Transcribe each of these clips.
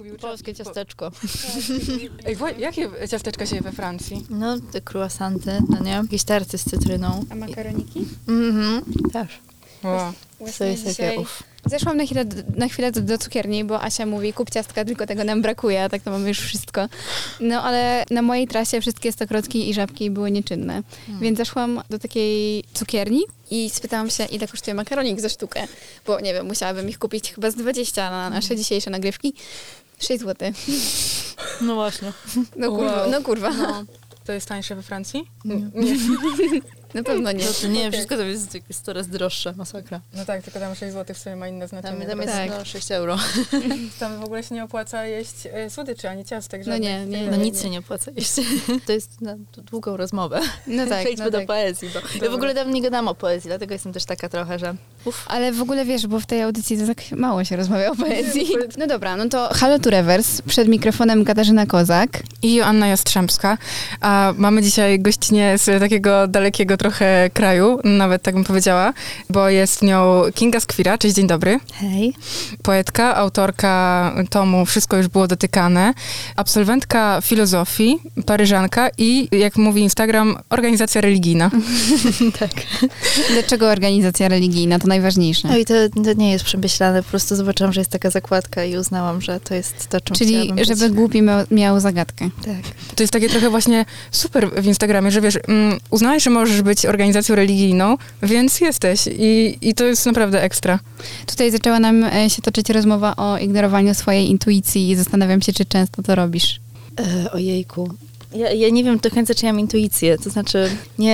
kupił Polskie ciasteczko. Ej, jakie ciasteczka się je we Francji? No, te croissanty, no nie? Jakieś tarty z cytryną. A makaroniki? Też. Wow. To jest takie Zeszłam na chwilę do cukierni, bo Asia mówi, kup ciastka, tylko tego nam brakuje, a tak to mamy już wszystko. No ale na mojej trasie wszystkie stokrotki i żabki były nieczynne. Więc zeszłam do takiej cukierni i spytałam się, ile kosztuje makaronik za sztukę. Bo nie wiem, musiałabym ich kupić chyba z 20 na nasze dzisiejsze nagrywki. 6 zł. No właśnie. No kurwa. No. To jest tańsze we Francji? Nie. Na pewno nie. To nie, wszystko to jest 100 razy droższe, masakra. No tak, tylko tam 6 zł w sobie ma inne znaczenie. Tam jest Tak. 6 euro. Tam w ogóle się nie opłaca jeść słodyczy, ani ciastek. No nie. No nic się nie opłaca jeść. To jest na długą rozmowę. No tak, Przejdźmy do poezji. Ja w ogóle dawno nie gadam o poezji, dlatego jestem też taka trochę, że... Ale w ogóle wiesz, bo w tej audycji to tak mało się rozmawia o poezji. No dobra, no to Halo to Reverse. Przed mikrofonem Katarzyna Kozak. I Joanna Jastrzębska. A mamy dzisiaj gościnię z takiego dalekiego trochę kraju, nawet tak bym powiedziała, bo jest nią Kinga Skwira. Cześć, dzień dobry. Hej. Poetka, autorka tomu Wszystko już było dotykane, absolwentka filozofii, paryżanka i, jak mówi Instagram, organizacja religijna. Tak. Dlaczego organizacja religijna? To najważniejsze. No i to nie jest przemyślane, po prostu zobaczyłam, że jest taka zakładka i uznałam, że to jest to, czym Czyli, chciałabym żeby być. głupi miał zagadkę. Tak. To jest takie trochę właśnie super w Instagramie, że wiesz, uznałeś, że możesz być organizacją religijną, więc jesteś i to jest naprawdę ekstra. Tutaj zaczęła nam się toczyć rozmowa o ignorowaniu swojej intuicji i zastanawiam się, czy często to robisz. Ojejku. Ja nie wiem do końca, czy ja mam intuicję, to znaczy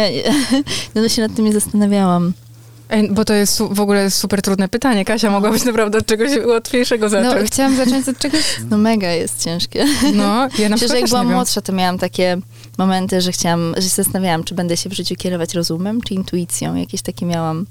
no się nad tym nie zastanawiałam. Bo to jest w ogóle super trudne pytanie. Kasia, mogłabyś naprawdę od czegoś łatwiejszego zacząć. No, chciałam zacząć od czegoś... No mega jest ciężkie. No, ja na Myślę, że jak też byłam nie wiem. młodsza, to miałam takie momenty, że się zastanawiałam, czy będę się w życiu kierować rozumem, czy intuicją. Jakieś takie miałam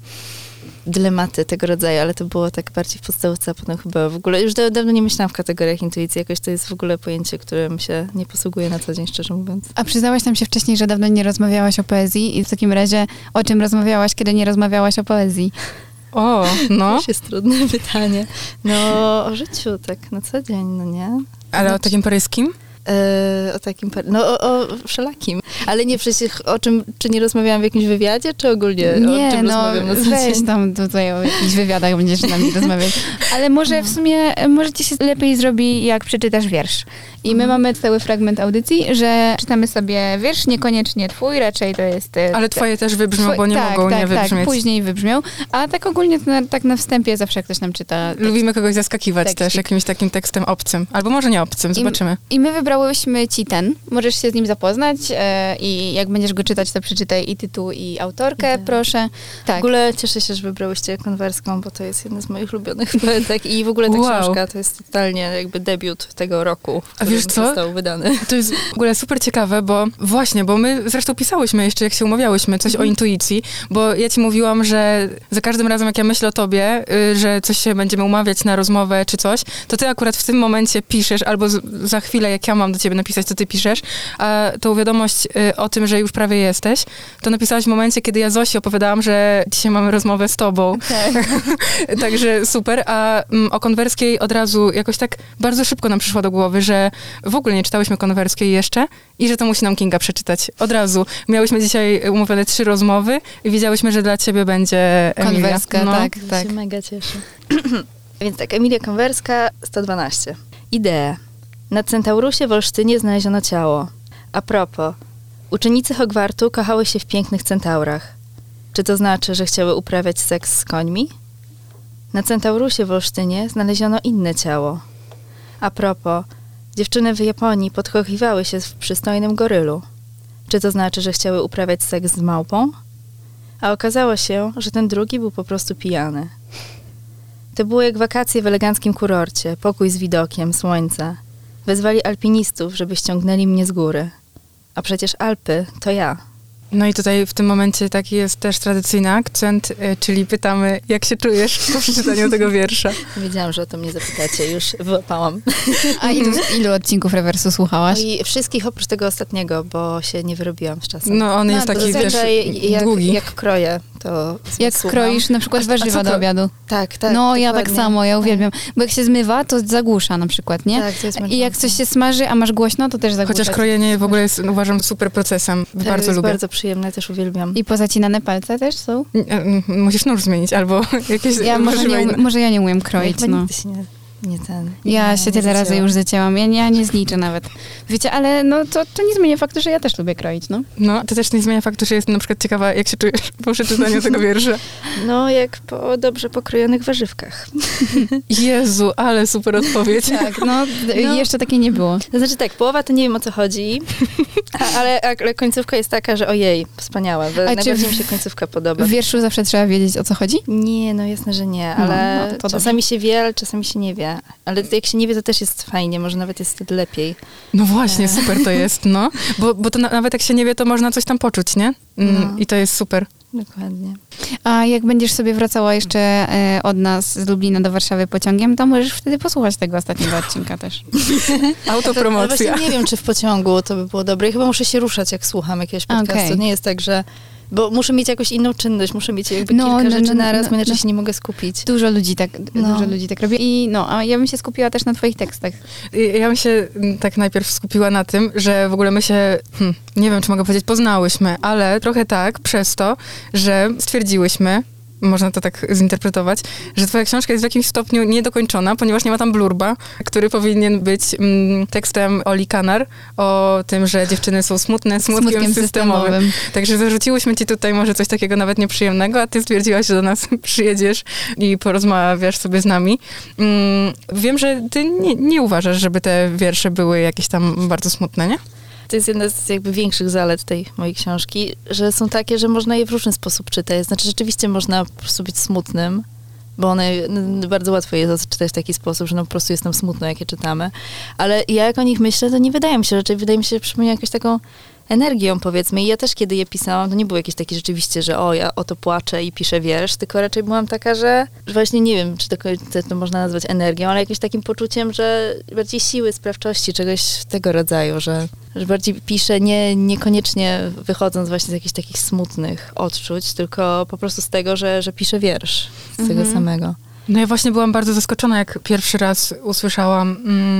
dylematy tego rodzaju, ale to było tak bardziej w podstawówce, a potem chyba w ogóle, już dawno nie myślałam w kategoriach intuicji, jakoś to jest w ogóle pojęcie, którym się nie posługuję na co dzień, szczerze mówiąc. A przyznałaś nam się wcześniej, że dawno nie rozmawiałaś o poezji i w takim razie o czym rozmawiałaś, kiedy nie rozmawiałaś o poezji? O, no. To też jest trudne pytanie. No, o życiu tak na co dzień, no nie? Ale o takim paryskim? O takim, o wszelakim. Ale nie przecież o czym, czy nie rozmawiałam w jakimś wywiadzie, czy ogólnie Nie, o czym no rozmawiam na co weź dzień? tam tutaj o jakichś wywiadach będziesz z nami rozmawiać. Ale może w sumie, może ci się lepiej zrobi, jak przeczytasz wiersz. I my mamy cały fragment audycji, że czytamy sobie wiersz, niekoniecznie twój, raczej to jest... Ale twoje też wybrzmią, bo nie mogą nie wybrzmieć. Tak, później wybrzmią. A tak ogólnie to tak na wstępie zawsze jak ktoś nam czyta... Lubimy kogoś zaskakiwać Tekstik. też jakimś takim tekstem obcym. Albo może nie obcym, zobaczymy. I my wybrałyśmy ci ten. Możesz się z nim zapoznać i jak będziesz go czytać, to przeczytaj i tytuł, i autorkę, proszę. Tak. W ogóle cieszę się, że wybrałyście Konwerską, bo to jest jedna z moich ulubionych poetek i w ogóle ta książka to jest totalnie jakby debiut tego roku, w którym wiesz co? został wydany. To jest w ogóle super ciekawe, bo my zresztą pisałyśmy jeszcze, jak się umawiałyśmy, coś o intuicji, bo ja ci mówiłam, że za każdym razem, jak ja myślę o tobie, że coś się będziemy umawiać na rozmowę czy coś, to ty akurat w tym momencie piszesz, albo za chwilę, jak ja mam do ciebie napisać, to ty piszesz, a tą wiadomość o tym, że już prawie jesteś, to napisałaś w momencie, kiedy ja Zosi opowiadałam, że dzisiaj mamy rozmowę z tobą. Tak. Także super, a o Konwerskiej od razu jakoś tak bardzo szybko nam przyszło do głowy, że w ogóle nie czytałyśmy Konwerskiej jeszcze i że to musi nam Kinga przeczytać. Od razu. Miałyśmy dzisiaj umówione 3 rozmowy i wiedziałyśmy, że dla ciebie będzie Emilia. Konwerska, tak. Ja się mega cieszę. Więc tak, Emilia Konwerska, 112. Idee. Na Centaurusie w Olsztynie znaleziono ciało. A propos, uczennice Hogwartu kochały się w pięknych centaurach. Czy to znaczy, że chciały uprawiać seks z końmi? Na Centaurusie w Olsztynie znaleziono inne ciało. A propos, dziewczyny w Japonii podkochiwały się w przystojnym gorylu. Czy to znaczy, że chciały uprawiać seks z małpą? A okazało się, że ten drugi był po prostu pijany. To było jak wakacje w eleganckim kurorcie, pokój z widokiem, słońce. Wezwali alpinistów, żeby ściągnęli mnie z góry. A przecież Alpy to ja. No i tutaj w tym momencie taki jest też tradycyjny akcent, czyli pytamy, jak się czujesz po przeczytaniu tego wiersza? Wiedziałam, że o to mnie zapytacie, już wyłapałam. A ilu odcinków Rewersu słuchałaś? I wszystkich oprócz tego ostatniego, bo się nie wyrobiłam z czasem. No on jest taki, wiesz, zazwyczaj długi. jak kroję to Jak słucham. kroisz na przykład warzywa do obiadu. Tak, tak. No, ja tak dokładnie. samo, ja uwielbiam. Bo jak się zmywa, to zagłusza na przykład, nie? Tak, to jest I jak coś się smaży, a masz głośno, to też zagłusza. Chociaż krojenie w ogóle jest, uważam, super procesem. Tak, Bardzo jest lubię. bardzo przyjemne, też uwielbiam. I pozacinane palce też są? Musisz nóż zmienić albo jakieś Ja może ja nie umiem kroić, Chyba no. nigdy się nie Ja się tyle razy już zacięłam. Ja nie zliczę nawet. Wiecie, ale no to nie zmienia faktu, że ja też lubię kroić, no. No, to też nie zmienia faktu, że jestem na przykład ciekawa, jak się czujesz po przeczytaniu tego wiersza. No, jak po dobrze pokrojonych warzywkach. Jezu, ale super odpowiedź. Tak, no, jeszcze takiej nie było. To znaczy tak, połowa to nie wiem, o co chodzi, ale końcówka jest taka, że ojej, wspaniała. Najbardziej mi się końcówka podoba. W wierszu zawsze trzeba wiedzieć, o co chodzi? Nie, no jasne, że nie, ale no, to czasami się wie, ale czasami się nie wie. Ale jak się nie wie, to też jest fajnie, może nawet jest wtedy lepiej. No właśnie, super to jest, no. Bo to nawet jak się nie wie, to można coś tam poczuć, nie? I to jest super. Dokładnie. A jak będziesz sobie wracała jeszcze od nas z Lublina do Warszawy pociągiem, to możesz wtedy posłuchać tego ostatniego odcinka też. Autopromocja. Właśnie nie wiem, czy w pociągu to by było dobre. I chyba muszę się ruszać, jak słucham jakiegoś podcastu. Okay. Nie jest tak, że... Bo muszę mieć jakąś inną czynność, muszę mieć jakby kilka rzeczy naraz, bo inaczej się nie mogę skupić. Dużo ludzi tak robi. I a ja bym się skupiła też na twoich tekstach. Ja bym się tak najpierw skupiła na tym, że w ogóle my się, nie wiem, czy mogę powiedzieć, poznałyśmy, ale trochę tak przez to, że stwierdziłyśmy, można to tak zinterpretować, że twoja książka jest w jakimś stopniu niedokończona, ponieważ nie ma tam blurba, który powinien być tekstem Oli Kanar o tym, że dziewczyny są smutne, smutkiem systemowym. Także zarzuciłyśmy ci tutaj może coś takiego nawet nieprzyjemnego, a ty stwierdziłaś, że do nas przyjedziesz i porozmawiasz sobie z nami. Wiem, że ty nie uważasz, żeby te wiersze były jakieś tam bardzo smutne, nie? To jest jedna z jakby większych zalet tej mojej książki, że są takie, że można je w różny sposób czytać. Znaczy rzeczywiście można po prostu być smutnym, bo one bardzo łatwo je czytać w taki sposób, że no po prostu jestem smutna, jak je czytamy. Ale ja jak o nich myślę, to nie wydaje mi się, raczej wydaje mi się, że przypomina jakąś taką energią, powiedzmy. I ja też, kiedy je pisałam, to nie było jakieś takie rzeczywiście, że ja o to płaczę i piszę wiersz, tylko raczej byłam taka, że właśnie nie wiem, czy to można nazwać energią, ale jakimś takim poczuciem, że bardziej siły, sprawczości, czegoś tego rodzaju, że bardziej piszę niekoniecznie wychodząc właśnie z jakichś takich smutnych odczuć, tylko po prostu z tego, że piszę wiersz z tego samego. No ja właśnie byłam bardzo zaskoczona, jak pierwszy raz usłyszałam,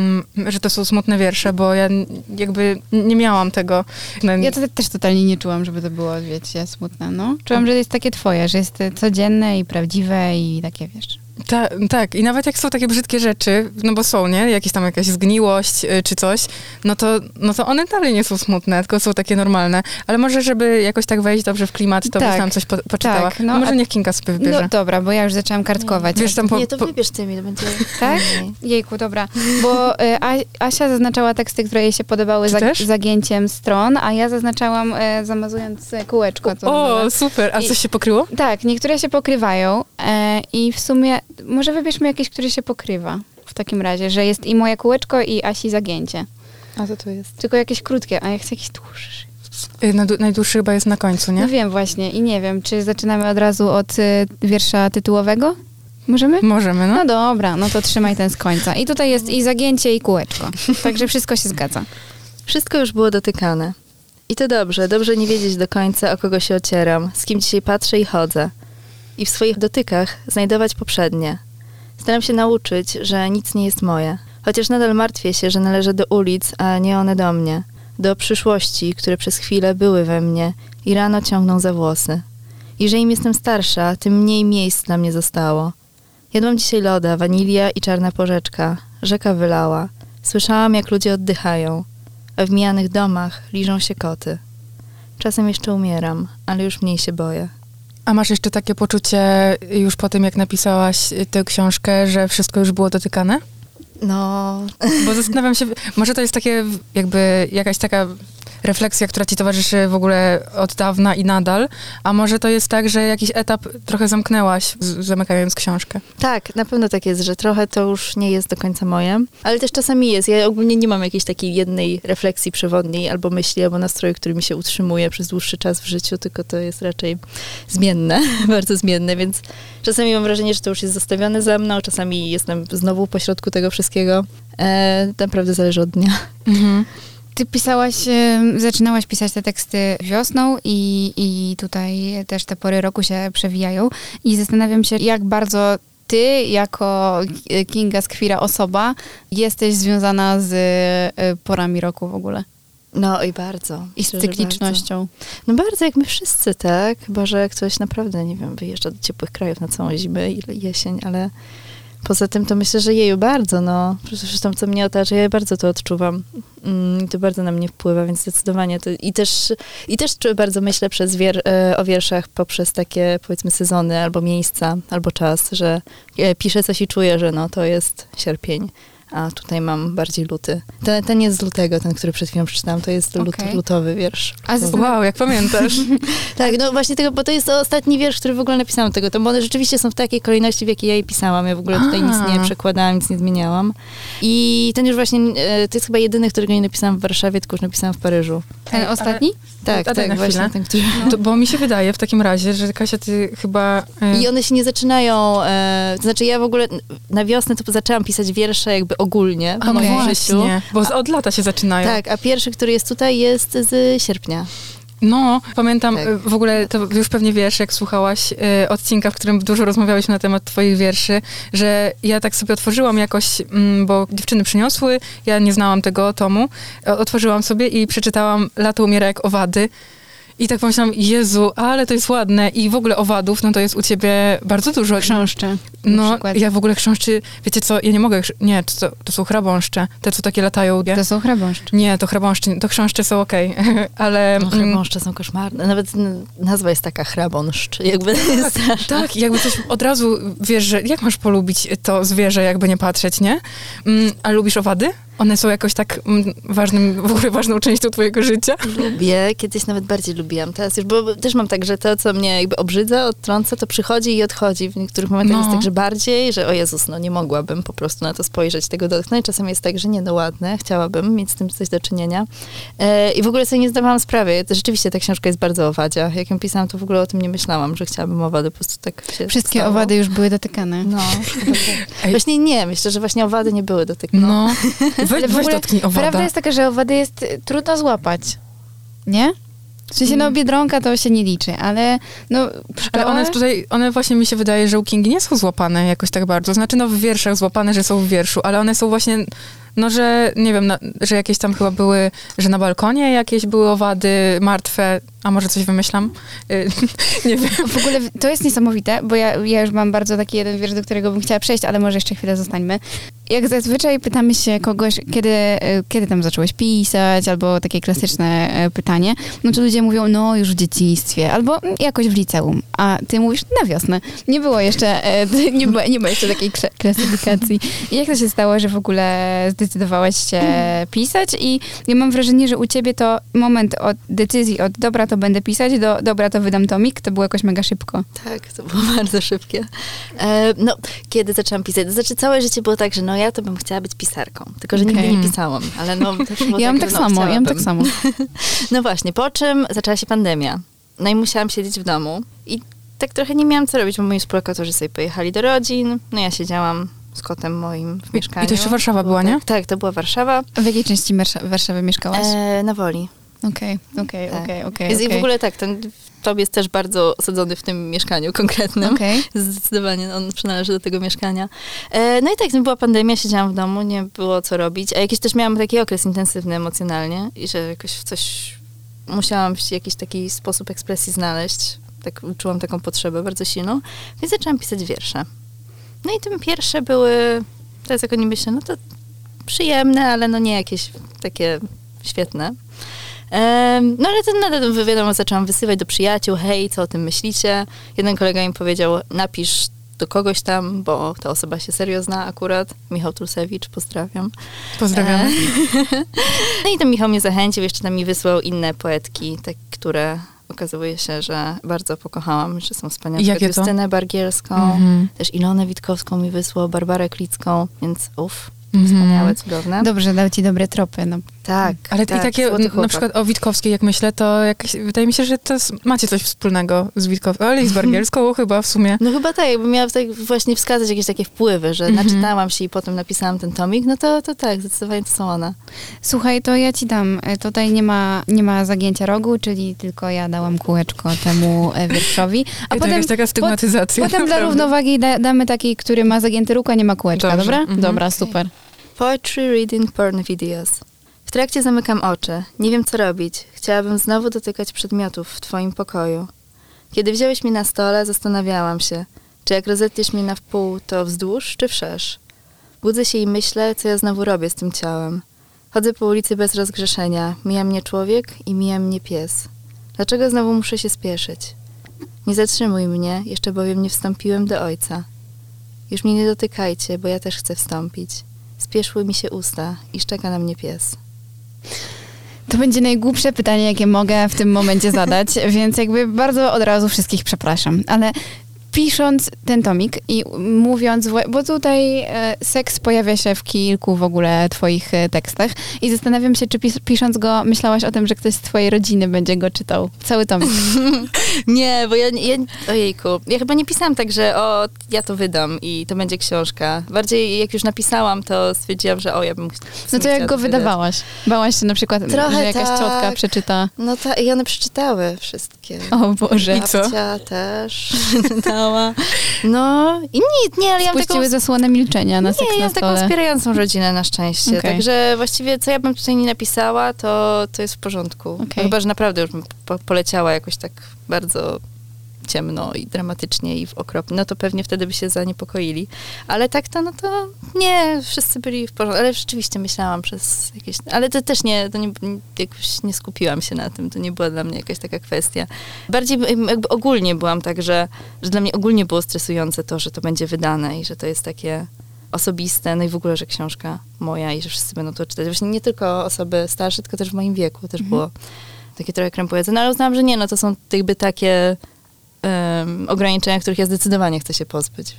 że to są smutne wiersze, bo ja jakby nie miałam tego. Ja to też totalnie nie czułam, żeby to było, wiecie, smutne, no. Czułam, że jest takie twoje, że jest codzienne i prawdziwe i takie, wiesz. Tak, i nawet jak są takie brzydkie rzeczy, no bo są, nie? Jakaś zgniłość czy coś, no to one dalej nie są smutne, tylko są takie normalne. Ale może, żeby jakoś tak wejść dobrze w klimat, to byś tam coś poczytała. Tak, no, może niech Kinga sobie wybierze. No dobra, bo ja już zaczęłam kartkować. Wiesz, tam nie, to wybierz ty mi, to będzie... Tak? Jejku, dobra. Bo Asia zaznaczała teksty, które jej się podobały zagięciem stron, a ja zaznaczałam zamazując kółeczko. Super. A coś się pokryło? Tak, niektóre się pokrywają i w sumie może wybierzmy jakieś, który się pokrywa w takim razie, że jest i moje kółeczko i Asi zagięcie. A to jest? Tylko jakieś krótkie, a ja chcę jakieś dłuższe. Najdłuższy chyba jest na końcu, nie? No wiem właśnie i nie wiem, czy zaczynamy od razu od wiersza tytułowego? Możemy? Możemy, no. No dobra, no to trzymaj ten z końca. I tutaj jest i zagięcie, i kółeczko. Także wszystko się zgadza. Wszystko już było dotykane. I to dobrze nie wiedzieć do końca, o kogo się ocieram, z kim dzisiaj patrzę i chodzę. I w swoich dotykach znajdować poprzednie. Staram się nauczyć, że nic nie jest moje. Chociaż nadal martwię się, że należę do ulic, a nie one do mnie. Do przyszłości, które przez chwilę były we mnie i rano ciągną za włosy. I że im jestem starsza, tym mniej miejsc dla mnie zostało. Jadłam dzisiaj loda, wanilia i czarna porzeczka. Rzeka wylała. Słyszałam, jak ludzie oddychają. A w mijanych domach liżą się koty. Czasem jeszcze umieram, ale już mniej się boję. A masz jeszcze takie poczucie już po tym, jak napisałaś tę książkę, że wszystko już było dotykane? No... Bo zastanawiam się, może to jest takie jakby jakaś taka refleksja, która ci towarzyszy w ogóle od dawna i nadal, a może to jest tak, że jakiś etap trochę zamknęłaś, zamykając książkę? Tak, na pewno tak jest, że trochę to już nie jest do końca moje, ale też czasami jest. Ja ogólnie nie mam jakiejś takiej jednej refleksji przewodniej, albo myśli, albo nastroju, który mi się utrzymuje przez dłuższy czas w życiu, tylko to jest raczej zmienne, bardzo zmienne, więc czasami mam wrażenie, że to już jest zostawione za mną, czasami jestem znowu pośrodku tego wszystkiego. Naprawdę zależy od dnia. Mhm. Ty zaczynałaś pisać te teksty wiosną i tutaj też te pory roku się przewijają i zastanawiam się, jak bardzo ty, jako Kinga Skwira osoba, jesteś związana z porami roku w ogóle. No i bardzo. I z cyklicznością. Bardzo. No bardzo, jak my wszyscy, tak? Chyba, że ktoś naprawdę, nie wiem, wyjeżdża do ciepłych krajów na całą zimę i jesień, ale poza tym to myślę, że jej bardzo, no. Zresztą co mnie otacza, ja bardzo to odczuwam. To bardzo na mnie wpływa, więc zdecydowanie to... I też bardzo myślę o wierszach poprzez takie, powiedzmy, sezony, albo miejsca, albo czas, że piszę coś i czuję, że no, to jest sierpień. A tutaj mam bardziej luty. Ten jest z lutego, ten, który przed chwilą przeczytałam, to jest lutowy wiersz. Wow, jak pamiętasz. Tak, no właśnie tego, bo to jest ostatni wiersz, który w ogóle napisałam tego, bo one rzeczywiście są w takiej kolejności, w jakiej ja je pisałam. Ja w ogóle tutaj nic nie przekładałam, nic nie zmieniałam. I ten już właśnie, to jest chyba jedyny, którego nie napisałam w Warszawie, tylko już napisałam w Paryżu. Ten ostatni? Tak, właśnie ten, który... To, bo mi się wydaje w takim razie, że Kasia, ty chyba... I one się nie zaczynają, to znaczy ja w ogóle na wiosnę to zaczęłam pisać wiersze jakby ogólnie w moim życiu. Bo od lata się zaczynają. Tak, a pierwszy, który jest tutaj, jest z sierpnia. No, pamiętam w ogóle, to już pewnie wiesz, jak słuchałaś odcinka, w którym dużo rozmawiałyśmy na temat twoich wierszy, że ja tak sobie otworzyłam jakoś, bo dziewczyny przyniosły, ja nie znałam tego tomu, otworzyłam sobie i przeczytałam Lato umiera jak owady. I tak pomyślałam, Jezu, ale to jest ładne. I w ogóle owadów, no to jest u ciebie bardzo dużo. Chrząszcze. No, ja w ogóle chrząszczy, wiecie co, ja nie mogę, nie, to są chrabąszcze. Te, co takie latają. To są chrabąszcze. Nie, to chrabąszcze, to chrząszcze są okej, ale... No, chrabąszcze są koszmarne. Nawet nazwa jest taka, chrabąszcz. Jakby tak, jakby coś od razu wiesz, że jak masz polubić to zwierzę, jakby nie patrzeć, nie? A lubisz owady? One są jakoś tak ważną częścią twojego życia? Lubię, kiedyś nawet bardziej lubiłam. Teraz już, bo też mam tak, że to, co mnie jakby obrzydza, odtrąca, to przychodzi i odchodzi. W niektórych momentach jest tak, że bardziej, że o Jezus, no nie mogłabym po prostu na to spojrzeć, tego dotknąć. Czasem jest tak, że nie, no ładne, chciałabym mieć z tym coś do czynienia. I w ogóle sobie nie zdawałam sprawy. Rzeczywiście ta książka jest bardzo o owadziach. Jak ją pisałam, to w ogóle o tym nie myślałam, że chciałabym owady, po prostu tak się Wszystkie stało. owady już były dotykane. No. Właśnie nie, myślę, że właśnie owady nie były dotykane. No. Weź dotknij owada. Prawda jest taka, że owady jest trudno złapać. Nie? W sensie, no biedronka to się nie liczy, ale no pszczoły... Ale one właśnie mi się wydaje, że u Kingi nie są złapane jakoś tak bardzo. Znaczy, no w wierszach złapane, że są w wierszu, ale one są właśnie, no że, nie wiem, że jakieś tam chyba były, że na balkonie jakieś były owady martwe, a może coś wymyślam? Nie wiem. W ogóle to jest niesamowite, bo ja już mam bardzo taki jeden wiersz, do którego bym chciała przejść, ale może jeszcze chwilę zostańmy. Jak zazwyczaj pytamy się kogoś, kiedy tam zacząłeś pisać, albo takie klasyczne pytanie, no to ludzie mówią, no już w dzieciństwie, albo jakoś w liceum, a ty mówisz na wiosnę. Nie było jeszcze, nie ma jeszcze takiej klasyfikacji. I jak to się stało, że w ogóle zdecydowałaś się pisać i ja mam wrażenie, że u ciebie to moment od decyzji, od dobra, to będę pisać, do dobra, to wydam tomik, to było jakoś mega szybko. Tak, to było bardzo szybkie. No, kiedy zaczęłam pisać? To znaczy całe życie było tak, że no ja to bym chciała być pisarką, tylko że nigdy nie pisałam, ale no też było ja mam tak samo. No właśnie, po czym zaczęła się pandemia. No i musiałam siedzieć w domu i tak trochę nie miałam co robić, bo moi współlokatorzy sobie pojechali do rodzin, no ja siedziałam z kotem moim w mieszkaniu. I to jeszcze Warszawa była, nie? Tak, to była Warszawa. W jakiej części Warszawy mieszkałaś? Na Woli. Okej. I w ogóle tak, ten Tom jest też bardzo osadzony w tym mieszkaniu konkretnym. Okay. Zdecydowanie on przynależy do tego mieszkania. No i tak, no była pandemia, siedziałam w domu, nie było co robić. A jakiś też miałam taki okres intensywny emocjonalnie i że jakoś w coś musiałam jakiś taki sposób ekspresji znaleźć. Tak czułam taką potrzebę bardzo silną. Więc zaczęłam pisać wiersze. No i tym pierwsze były, teraz jak o nim myślę, no to przyjemne, ale no nie jakieś takie świetne. No ale to nadal, wiadomo, zaczęłam wysyłać do przyjaciół, hej, co o tym myślicie? Jeden kolega mi powiedział, napisz do kogoś tam, bo ta osoba się serio zna akurat. Michał Tulsewicz, pozdrawiam. Pozdrawiam. No i to Michał mnie zachęcił, jeszcze tam mi wysłał inne poetki, tak, które okazuje się, że bardzo pokochałam, że są wspaniałe. Jakie Justynę Bargielską, też Ilonę Witkowską mi wysłał, Barbarę Klicką, więc wspaniałe, cudowne. Dobrze, dał ci dobre tropy, no. Tak. Ale tak, i takie, Złoty na chłopak. przykład o Witkowskiej, jak myślę, to wydaje mi się, że macie coś wspólnego z Witkowską, ale i z Bargielską chyba w sumie. No chyba tak, jakbym miała tak właśnie wskazać jakieś takie wpływy, że naczytałam się i potem napisałam ten tomik, no to tak, zdecydowanie to są one. Słuchaj, to ja ci dam. Tutaj nie ma zagięcia rogu, czyli tylko ja dałam kółeczko temu wierszowi. A To potem, jakaś taka stygmatyzacja. potem dla równowagi damy taki, który ma zagięty róg, a nie ma kółeczka, Dobrze. dobra? Dobra, super. Poetry, reading, porn videos. W trakcie zamykam oczy. Nie wiem, co robić. Chciałabym znowu dotykać przedmiotów w twoim pokoju. Kiedy wziąłeś mnie na stole, zastanawiałam się, czy jak rozetniesz mnie na wpół, to wzdłuż czy wszerz. Budzę się i myślę, co ja znowu robię z tym ciałem. Chodzę po ulicy bez rozgrzeszenia. Mija mnie człowiek i mija mnie pies. Dlaczego znowu muszę się spieszyć? Nie zatrzymuj mnie, jeszcze bowiem nie wstąpiłem do ojca. Już mnie nie dotykajcie, bo ja też chcę wstąpić. Spieszły mi się usta i szczeka na mnie pies. To będzie najgłupsze pytanie, jakie mogę w tym momencie zadać, więc jakby bardzo od razu wszystkich przepraszam, ale pisząc ten tomik i mówiąc, bo tutaj seks pojawia się w kilku w ogóle twoich tekstach i zastanawiam się, czy pisząc go myślałaś o tym, że ktoś z twojej rodziny będzie go czytał. Cały tomik. Nie, bo ja ojejku, ja chyba nie pisałam tak, że ja to wydam i to będzie książka. Bardziej jak już napisałam, to stwierdziłam, że ja bym No to jak go wydawałaś? Bałaś się na przykład, Trochę że jakaś tak. ciotka przeczyta? No i one przeczytały wszystkie. O Boże. I co? Babcia też czytała. No i nic, nie, ale ja mam taką... Spuściły zasłonę milczenia na seks Nie, ja na mam taką stole. wspierającą rodzinę na szczęście. Okej. Także właściwie co ja bym tutaj nie napisała, to jest w porządku. Okej. No chyba, że naprawdę już bym poleciała jakoś tak bardzo ciemno i dramatycznie i okropnie, no to pewnie wtedy by się zaniepokoili. Ale tak to, no to nie, wszyscy byli w porządku. Ale rzeczywiście myślałam przez jakieś... Ale to też jakoś nie skupiłam się na tym. To nie była dla mnie jakaś taka kwestia. Bardziej jakby ogólnie byłam tak, że dla mnie ogólnie było stresujące to, że to będzie wydane i że to jest takie osobiste, no i w ogóle, że książka moja i że wszyscy będą to czytać. Właśnie nie tylko osoby starsze, tylko też w moim wieku też było takie trochę krępujące. No ale uznałam, że nie, no to są jakby takie ograniczenia, których ja zdecydowanie chcę się pozbyć,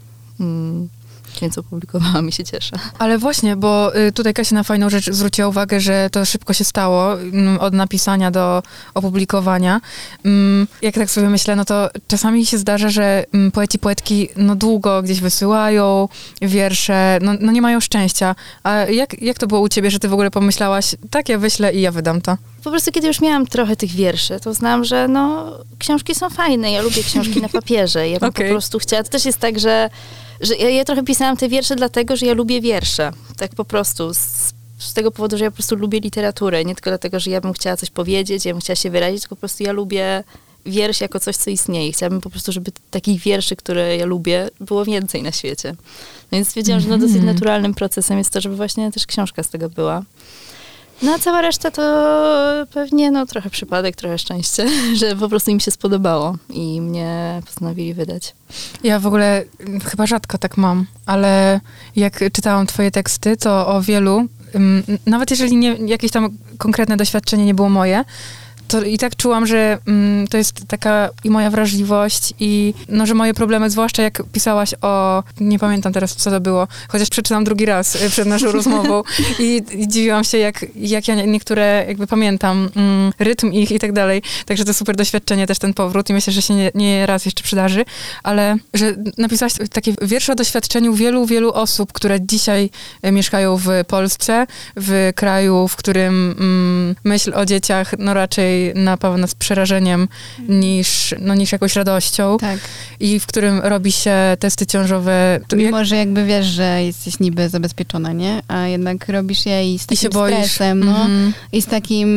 więc opublikowałam i się cieszę. Ale właśnie, bo tutaj Kasia na fajną rzecz zwróciła uwagę, że to szybko się stało, od napisania do opublikowania. Jak tak sobie myślę, no to czasami się zdarza, że poeci, poetki długo gdzieś wysyłają wiersze, no nie mają szczęścia. A jak to było u ciebie, że ty w ogóle pomyślałaś, tak, ja wyślę i ja wydam to? Po prostu kiedy już miałam trochę tych wierszy, to uznałam, że książki są fajne, ja lubię książki na papierze. Ja bym po prostu chciała, to też jest tak, że ja trochę pisałam te wiersze dlatego, że ja lubię wiersze. Tak po prostu. Z tego powodu, że ja po prostu lubię literaturę. Nie tylko dlatego, że ja bym chciała coś powiedzieć, ja bym chciała się wyrazić, tylko po prostu ja lubię wiersz jako coś, co istnieje. Chciałabym po prostu, żeby takich wierszy, które ja lubię, było więcej na świecie. No więc stwierdziłam, że dosyć naturalnym procesem jest to, żeby właśnie też książka z tego była. No a cała reszta to pewnie trochę przypadek, trochę szczęście, że po prostu im się spodobało i mnie postanowili wydać. Ja w ogóle chyba rzadko tak mam, ale jak czytałam twoje teksty, to o wielu, nawet jeżeli jakieś tam konkretne doświadczenie nie było moje, to i tak czułam, że to jest taka i moja wrażliwość i że moje problemy, zwłaszcza jak pisałaś nie pamiętam teraz, co to było, chociaż przeczytałam drugi raz przed naszą rozmową i dziwiłam się, jak ja niektóre jakby pamiętam, rytm ich i tak dalej. Także to super doświadczenie też ten powrót i myślę, że się nie raz jeszcze przydarzy, ale że napisałaś takie wiersze o doświadczeniu wielu, wielu osób, które dzisiaj mieszkają w Polsce, w kraju, w którym myśl o dzieciach raczej napawa nas przerażeniem niż jakąś radością. Tak. I w którym robi się testy ciążowe. Mimo, że jakby wiesz, że jesteś niby zabezpieczona, nie? A jednak robisz je i z takim stresem, i z takim...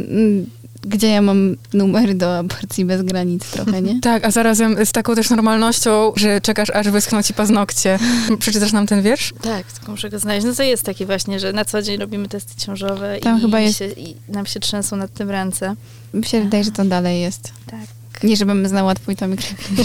Gdzie ja mam numer do aborcji bez granic trochę, nie? Tak, a zarazem z taką też normalnością, że czekasz, aż wyschną ci paznokcie. Przeczytasz nam ten wiersz? Tak, tylko muszę go znaleźć. No to jest taki właśnie, że na co dzień robimy testy ciążowe i nam się trzęsą nad tym ręce. Mi się wydaje, że to dalej jest. Tak. Nie, żebym znała twój tomik.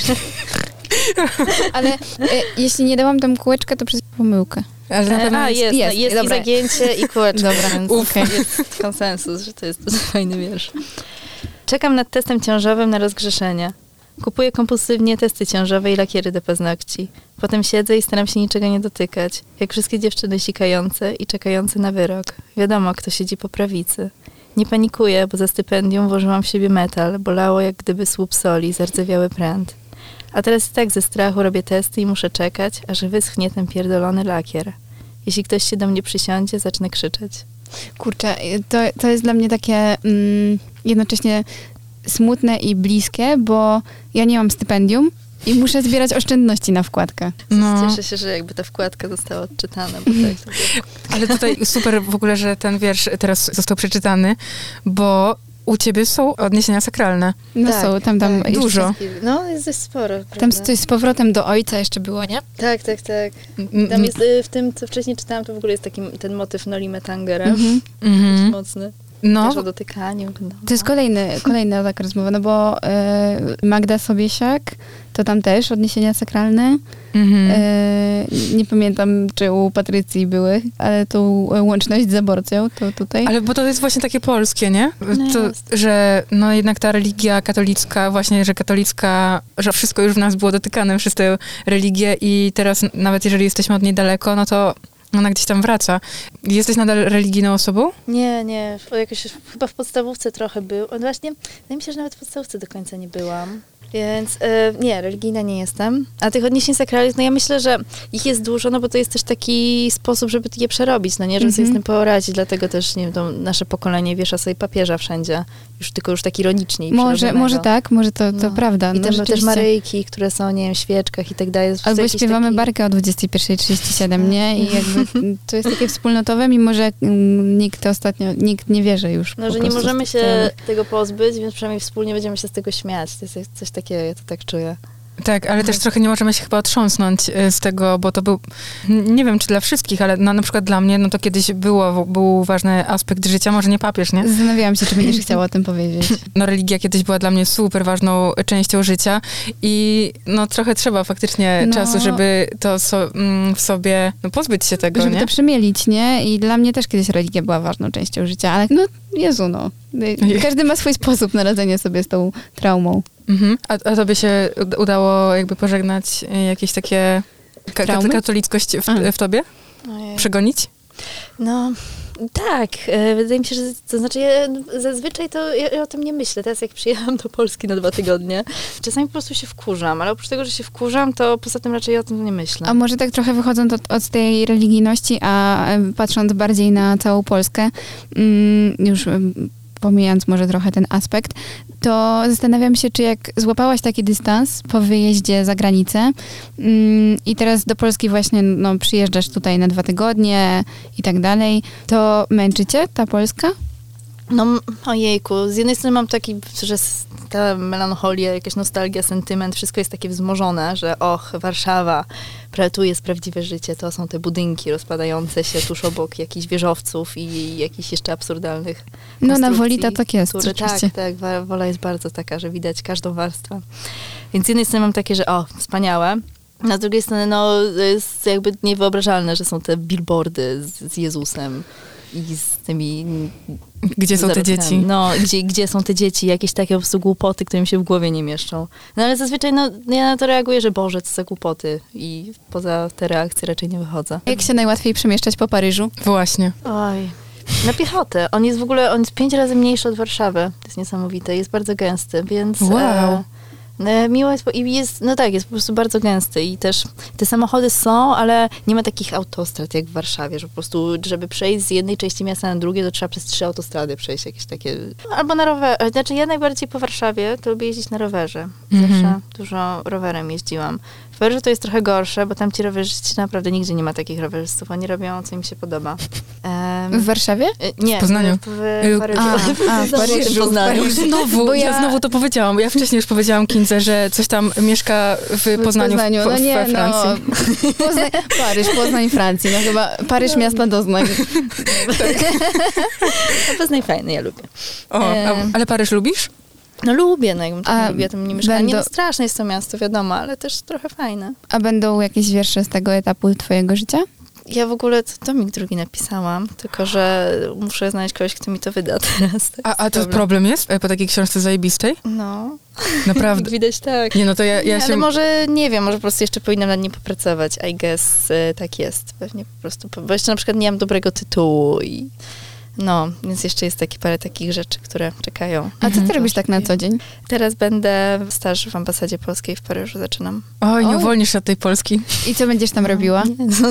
Ale jeśli nie dałam tam kółeczka, to przez pomyłkę. Ale na pewno jest i zagięcie i kółeczko. Dobra, więc jest konsensus, że to jest fajny wiersz. Czekam nad testem ciążowym na rozgrzeszenie. Kupuję kompulsywnie testy ciążowe i lakiery do paznokci. Potem siedzę i staram się niczego nie dotykać. Jak wszystkie dziewczyny sikające i czekające na wyrok. Wiadomo, kto siedzi po prawicy. Nie panikuję, bo za stypendium włożyłam w siebie metal. Bolało jak gdyby słup soli, zardzewiały pręt. A teraz i tak ze strachu robię testy i muszę czekać, aż wyschnie ten pierdolony lakier. Jeśli ktoś się do mnie przysiądzie, zacznę krzyczeć. Kurczę, to jest dla mnie takie jednocześnie smutne i bliskie, bo ja nie mam stypendium i muszę zbierać oszczędności na wkładkę. No. Cieszę się, że jakby ta wkładka została odczytana. Bo tak. Ale tutaj super w ogóle, że ten wiersz teraz został przeczytany, bo u ciebie są odniesienia sakralne. No tak, są, tam tak. Dużo. No, jest dość sporo, prawda? Tam coś z powrotem do ojca jeszcze było, nie? Tak. Tam jest, w tym, co wcześniej czytałam, to w ogóle jest taki ten motyw Nolime Tangera. Dość mocny. No. Też o dotykaniu. No. To jest kolejna taka rozmowa, no bo Magda Sobiesiak, to tam też odniesienia sakralne. Nie pamiętam, czy u Patrycji były, ale tą łączność z aborcją, to tutaj. Ale bo to jest właśnie takie polskie, nie? No To, że no jednak ta religia katolicka, właśnie, że wszystko już w nas było dotykane przez tę religię i teraz nawet jeżeli jesteśmy od niej daleko, no to ona gdzieś tam wraca. Jesteś nadal religijną osobą? Nie. Jakoś chyba w podstawówce trochę był. Właśnie, wydaje mi się, że nawet w podstawówce do końca nie byłam. Więc nie, religijna nie jestem. A tych odniesień sakralnych, no ja myślę, że ich jest dużo, no bo to jest też taki sposób, żeby je przerobić, no nie, żeby sobie z tym poradzić. Dlatego też, nie wiem, to nasze pokolenie wiesza sobie papieża wszędzie. Już tak ironicznie. Może tak, może to prawda. I no, też Maryjki, które są, nie wiem, w świeczkach i tak dalej. Albo śpiewamy barkę o 21:37, nie? I jakby to jest takie wspólnotowe, mimo że nikt nie wierzy już. No, że nie możemy się tego pozbyć, więc przynajmniej wspólnie będziemy się z tego śmiać. To jest coś takiego, ja to tak czuję. Tak, ale też trochę nie możemy się chyba otrząsnąć z tego, bo to był, nie wiem czy dla wszystkich, ale na przykład dla mnie, no to kiedyś był ważny aspekt życia, może nie papież, nie? Zastanawiałam się, czy będziesz chciała o tym powiedzieć. No religia kiedyś była dla mnie super ważną częścią życia i no trochę trzeba faktycznie czasu, żeby to w sobie pozbyć się tego, żeby nie? to przemielić, nie? I dla mnie też kiedyś religia była ważną częścią życia, ale każdy ma swój sposób na radzenie sobie z tą traumą. A tobie się udało jakby pożegnać jakieś takie katolickość w tobie? Ojej. Przegonić? No, tak. Wydaje mi się, że to znaczy ja zazwyczaj to ja o tym nie myślę. Teraz jak przyjechałam do Polski na 2 tygodnie, czasami po prostu się wkurzam, ale oprócz tego, że się wkurzam, to poza tym raczej o tym nie myślę. A może tak trochę wychodząc od tej religijności, a patrząc bardziej na całą Polskę, już pomijając może trochę ten aspekt, to zastanawiam się, czy jak złapałaś taki dystans po wyjeździe za granicę i teraz do Polski właśnie przyjeżdżasz tutaj na 2 tygodnie i tak dalej, to męczy cię ta Polska? No, ojejku, z jednej strony mam taki, że ta melancholia, jakaś nostalgia, sentyment, wszystko jest takie wzmożone, że Warszawa, tu jest prawdziwe życie, to są te budynki rozpadające się tuż obok jakichś wieżowców i jakichś jeszcze absurdalnych konstrukcji. No na Woli tak jest, rzeczywiście. Tak, Wola jest bardzo taka, że widać każdą warstwę. Więc z jednej strony mam takie, że wspaniałe, a z drugiej strony jest jakby niewyobrażalne, że są te billboardy z Jezusem i z tymi... Gdzie są te dzieci? No, gdzie są te dzieci? Jakieś takie po prostu głupoty, które mi się w głowie nie mieszczą. No ale zazwyczaj ja na to reaguję, że Boże, co za głupoty. I poza te reakcje raczej nie wychodzę. Jak się najłatwiej przemieszczać po Paryżu? Właśnie. Oj, na piechotę. On jest 5 razy mniejszy od Warszawy. To jest niesamowite. Jest bardzo gęsty, więc... Wow. Miło jest, jest po prostu bardzo gęsty i też te samochody są, ale nie ma takich autostrad jak w Warszawie, że po prostu, żeby przejść z jednej części miasta na drugie, to trzeba przez 3 autostrady przejść, jakieś takie, albo na rowerze. Znaczy ja najbardziej po Warszawie to lubię jeździć na rowerze. Zawsze dużo rowerem jeździłam. W Paryżu to jest trochę gorsze, bo tam ci rowerzyści naprawdę nigdzie nie ma takich rowerzystów. Oni robią, co im się podoba. W Warszawie? Nie, w Poznaniu. W Paryżu. W Paryżu. Znowu, bo ja znowu to powiedziałam. Ja wcześniej już powiedziałam Kindze, że coś tam mieszka w Poznaniu, we Francji. Poznań, Francji. No chyba Paryż, miasta doznań. Poznań fajny, ja lubię. Ale Paryż lubisz? No lubię, jakbym tam lubię, tam nie mieszkam. Nie, straszne jest to miasto, wiadomo, ale też trochę fajne. A będą jakieś wiersze z tego etapu twojego życia? Ja w ogóle to tomik drugi napisałam, tylko że muszę znaleźć kogoś, kto mi to wyda teraz. A to problem jest po takiej książce zajebistej? No. Naprawdę? Jak widać, tak. Nie, no to ja Nie, się... ale może, nie wiem, może po prostu jeszcze powinnam nad nim popracować. I guess tak jest. Pewnie po prostu, bo jeszcze na przykład nie mam dobrego tytułu i no, więc jeszcze jest parę takich rzeczy, które czekają. A co ty robisz tak na co dzień? Teraz będę staż w ambasadzie polskiej w Paryżu, zaczynam. Oj, nie uwolnisz się od tej Polski. I co będziesz tam robiła?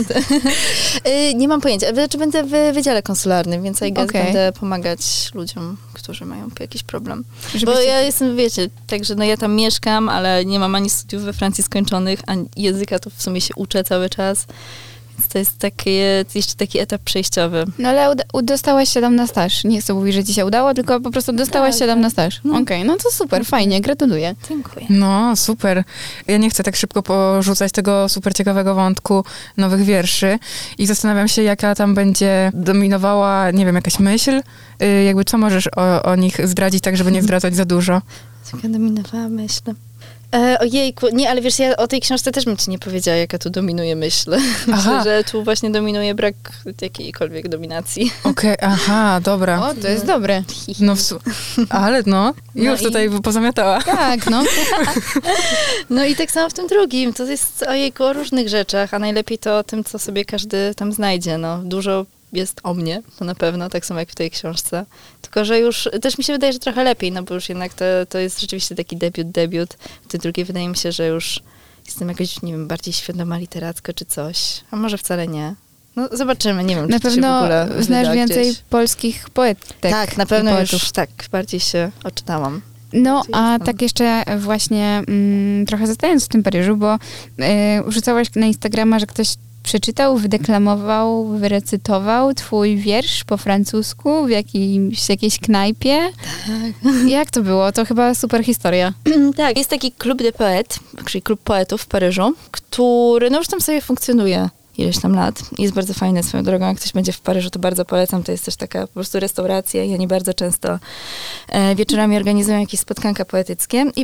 Nie mam pojęcia. Znaczy będę w wydziale konsularnym, więc I guess Okej. będę pomagać ludziom, którzy mają jakiś problem. Bo Żebyście- ja jestem, wiecie, także no ja tam mieszkam, ale nie mam ani studiów we Francji skończonych, ani języka to w sumie się uczę cały czas. Więc to jest jeszcze taki etap przejściowy. No ale dostałaś się tam na staż. Nie chcę mówić, że ci się udało, tylko po prostu dostałaś Tak, się tam na staż. No. Okej, no to super, fajnie, gratuluję. Dziękuję. No, super. Ja nie chcę tak szybko porzucać tego super ciekawego wątku nowych wierszy i zastanawiam się, jaka tam będzie dominowała, nie wiem, jakaś myśl. Jakby co możesz o nich zdradzić, tak żeby nie zdradzać za dużo? Taka dominowała myśl. Ojejku, nie, ale wiesz, ja o tej książce też bym ci nie powiedziała, jaka tu dominuje myśl. Aha. Myślę, że tu właśnie dominuje brak jakiejkolwiek dominacji. Okej, aha, dobra. O, to jest dobre. No, ale no, już i- tutaj pozamiatała. Tak, no. No i tak samo w tym drugim. To jest ojejku o różnych rzeczach, a najlepiej to o tym, co sobie każdy tam znajdzie. No, dużo jest o mnie, to na pewno, tak samo jak w tej książce. Tylko, że już też mi się wydaje, że trochę lepiej, no bo już jednak to jest rzeczywiście taki debiut. W tej drugiej wydaje mi się, że już jestem jakoś, nie wiem, bardziej świadoma literacko czy coś. A może wcale nie. No zobaczymy, nie wiem, Na czy to się w pewno ogóle znasz wyda więcej gdzieś. polskich poetek. Tak, na pewno i poetów. już tak, bardziej się odczytałam. No, Gdzie a jestem? tak jeszcze właśnie trochę zostając w tym Paryżu, bo wrzucałaś na Instagrama, że ktoś przeczytał, wydeklamował, wyrecytował twój wiersz po francusku w jakiejś knajpie. Tak. Jak to było? To chyba super historia. Tak, jest taki klub de poètes, czyli klub poetów w Paryżu, który no już tam sobie funkcjonuje ileś tam lat. Jest bardzo fajny swoją drogą. Jak ktoś będzie w Paryżu, to bardzo polecam. To jest też taka po prostu restauracja i oni bardzo często wieczorami organizują jakieś spotkanka poetyckie. I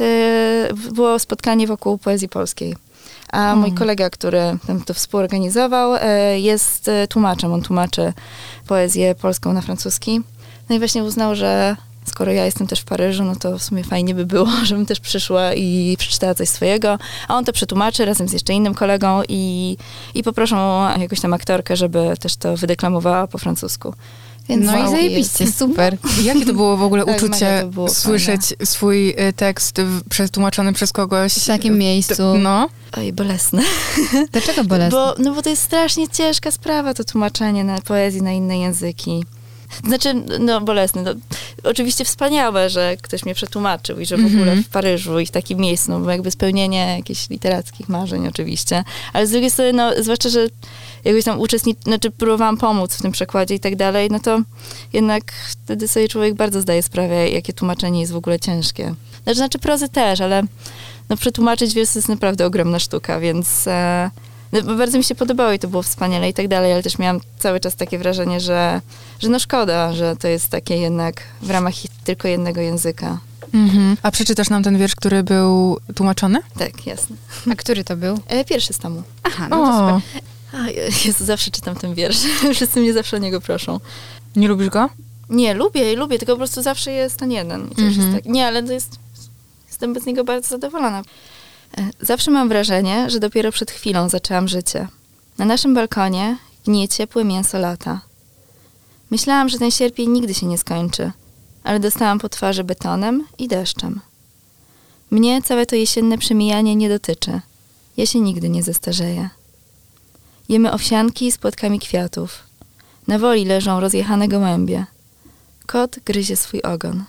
było spotkanie wokół poezji polskiej. A mój kolega, który tam to współorganizował, jest tłumaczem. On tłumaczy poezję polską na francuski. No i właśnie uznał, że skoro ja jestem też w Paryżu, no to w sumie fajnie by było, żebym też przyszła i przeczytała coś swojego. A on to przetłumaczy razem z jeszcze innym kolegą i poproszą jakąś tam aktorkę, żeby też to wydeklamowała po francusku. Więc No i wow, zajebiście, jest. super. Jakie to było w ogóle Tak, uczucie mega to było słyszeć swój tekst przetłumaczony przez kogoś? W takim miejscu. No. Oj, bolesne. Dlaczego bolesne? Bo to jest strasznie ciężka sprawa, to tłumaczenie na poezji na inne języki. Znaczy, no bolesne. No, oczywiście wspaniałe, że ktoś mnie przetłumaczył i że w ogóle w Paryżu i w takim miejscu, no bo jakby spełnienie jakichś literackich marzeń oczywiście. Ale z drugiej strony, no zwłaszcza, że jakoś tam próbowałam pomóc w tym przekładzie i tak dalej, no to jednak wtedy sobie człowiek bardzo zdaje sprawę, jakie tłumaczenie jest w ogóle ciężkie. Znaczy prozy też, ale no przetłumaczyć wiersz to jest naprawdę ogromna sztuka, więc no, bardzo mi się podobało i to było wspaniale i tak dalej, ale też miałam cały czas takie wrażenie, że no szkoda, że to jest takie jednak w ramach tylko jednego języka. Mhm. A przeczytasz nam ten wiersz, który był tłumaczony? Tak, jasne. A który to był? Pierwszy z tomu. Aha, no to super. A, Jezu, zawsze czytam ten wiersz. Wszyscy mnie zawsze o niego proszą. Nie lubisz go? Nie, lubię, tylko po prostu zawsze jest ten jeden. I to już jest tak. Nie, ale jestem bez niego bardzo zadowolona. Zawsze mam wrażenie, że dopiero przed chwilą zaczęłam życie. Na naszym balkonie gnije ciepłe mięso lata. Myślałam, że ten sierpień nigdy się nie skończy, ale dostałam po twarzy betonem i deszczem. Mnie całe to jesienne przemijanie nie dotyczy. Ja się nigdy nie zestarzeję. Jemy owsianki z płatkami kwiatów. Na woli leżą rozjechane gołębie. Kot gryzie swój ogon.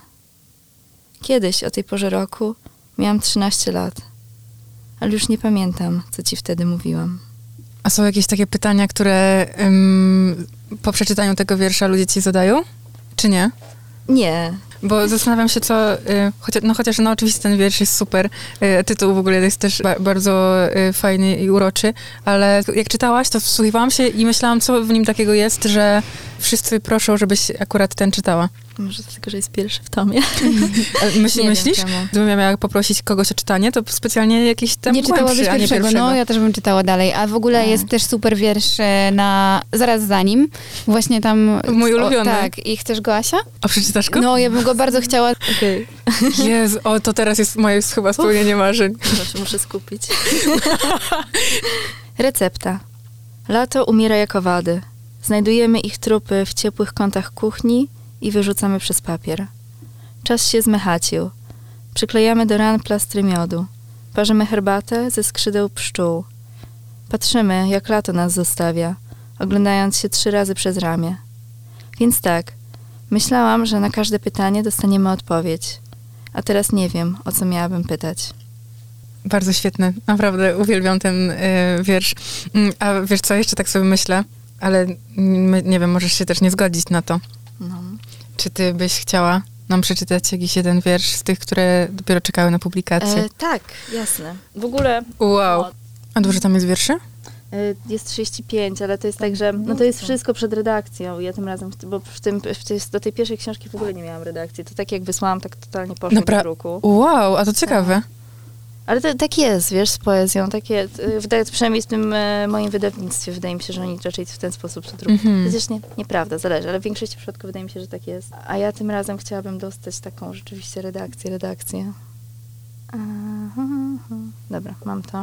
Kiedyś o tej porze roku miałam 13 lat, ale już nie pamiętam, co ci wtedy mówiłam. A są jakieś takie pytania, które po przeczytaniu tego wiersza ludzie ci zadają? Czy nie? Nie. Bo zastanawiam się, co... chociaż oczywiście ten wiersz jest super. Tytuł w ogóle jest też bardzo fajny i uroczy, ale jak czytałaś, to wsłuchiwałam się i myślałam, co w nim takiego jest, że wszyscy proszą, żebyś akurat ten czytała. Może dlatego, że jest pierwszy w tomie. Myślisz? Gdybym ja miała poprosić kogoś o czytanie, to specjalnie jakiś tam Nie czytałabyś głębszy, a nie pierwszego, no ja też bym czytała dalej. A w ogóle jest też super wiersz zaraz za nim. Właśnie tam... Mój ulubiony. Tak. I chcesz go, Asia? A przeczytasz go? No, ja bym go bardzo chciała. Okej. Jezu, to teraz jest moje chyba spełnienie marzeń. Muszę skupić. Recepta. Lato umiera jak owady. Znajdujemy ich trupy w ciepłych kątach kuchni i wyrzucamy przez papier. Czas się zmechacił. Przyklejamy do ran plastry miodu. Parzymy herbatę ze skrzydeł pszczół. Patrzymy, jak lato nas zostawia, oglądając się 3 razy przez ramię. Więc tak, myślałam, że na każde pytanie dostaniemy odpowiedź. A teraz nie wiem, o co miałabym pytać. Bardzo świetny. Naprawdę uwielbiam ten wiersz. A wiesz co, jeszcze tak sobie myślę, ale nie wiem, możesz się też nie zgodzić na to. No. Czy ty byś chciała nam przeczytać jakiś jeden wiersz z tych, które dopiero czekały na publikację? Tak, jasne. W ogóle... Wow. A dużo tam jest wierszy? Jest 35, ale to jest tak, że to jest wszystko przed redakcją. Ja tym razem, bo do tej pierwszej książki w ogóle nie miałam redakcji. To tak jak wysłałam, tak totalnie poszło do druku. Wow, a to ciekawe. Ale tak jest, wiesz, z poezją. Takie, przynajmniej w tym moim wydawnictwie wydaje mi się, że oni raczej w ten sposób to drukują. Chociaż nieprawda, zależy, ale w większości przypadków wydaje mi się, że tak jest. A ja tym razem chciałabym dostać taką rzeczywiście redakcję. Dobra, mam to.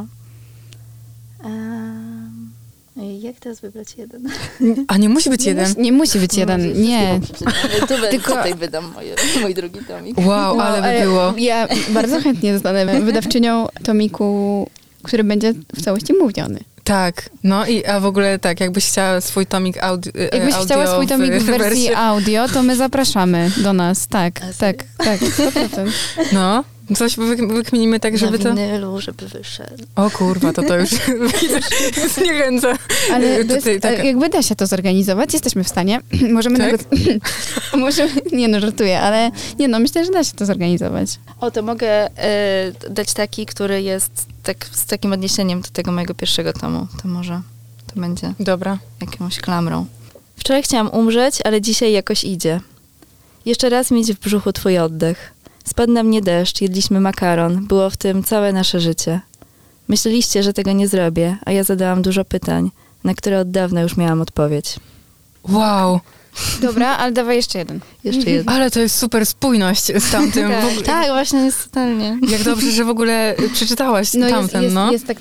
Jak teraz wybrać jeden? A nie musi być jeden? Nie musi być jeden, nie. Tylko tutaj wydam mój drugi tomik. Wow, ale by było. Ja bardzo chętnie zostanę wydawczynią tomiku, który będzie w całości mówiony. Tak, no a w ogóle tak, jakbyś chciała swój tomik Jakbyś chciała swój tomik w wersji audio, to my zapraszamy do nas, tak, 100%. No, coś wykminimy tak, żeby to... Na winylu, żeby wyszedł. O kurwa, to już zniechęca. Ale jakby da się to zorganizować, jesteśmy w stanie. Możemy żartuję, ale myślę, że da się to zorganizować. To mogę dać taki, który jest z takim odniesieniem do tego mojego pierwszego tomu. To może to będzie dobra jakąś klamrą. Wczoraj chciałam umrzeć, ale dzisiaj jakoś idzie. Jeszcze raz mieć w brzuchu twój oddech. Spadł na mnie deszcz, jedliśmy makaron. Było w tym całe nasze życie. Myśleliście, że tego nie zrobię, a ja zadałam dużo pytań, na które od dawna już miałam odpowiedź. Wow. Dobra, ale dawaj jeszcze jeden. Ale to jest super spójność z tamtym. Tak, właśnie jest totalnie. Jak dobrze, że w ogóle przeczytałaś tamten, jest tak...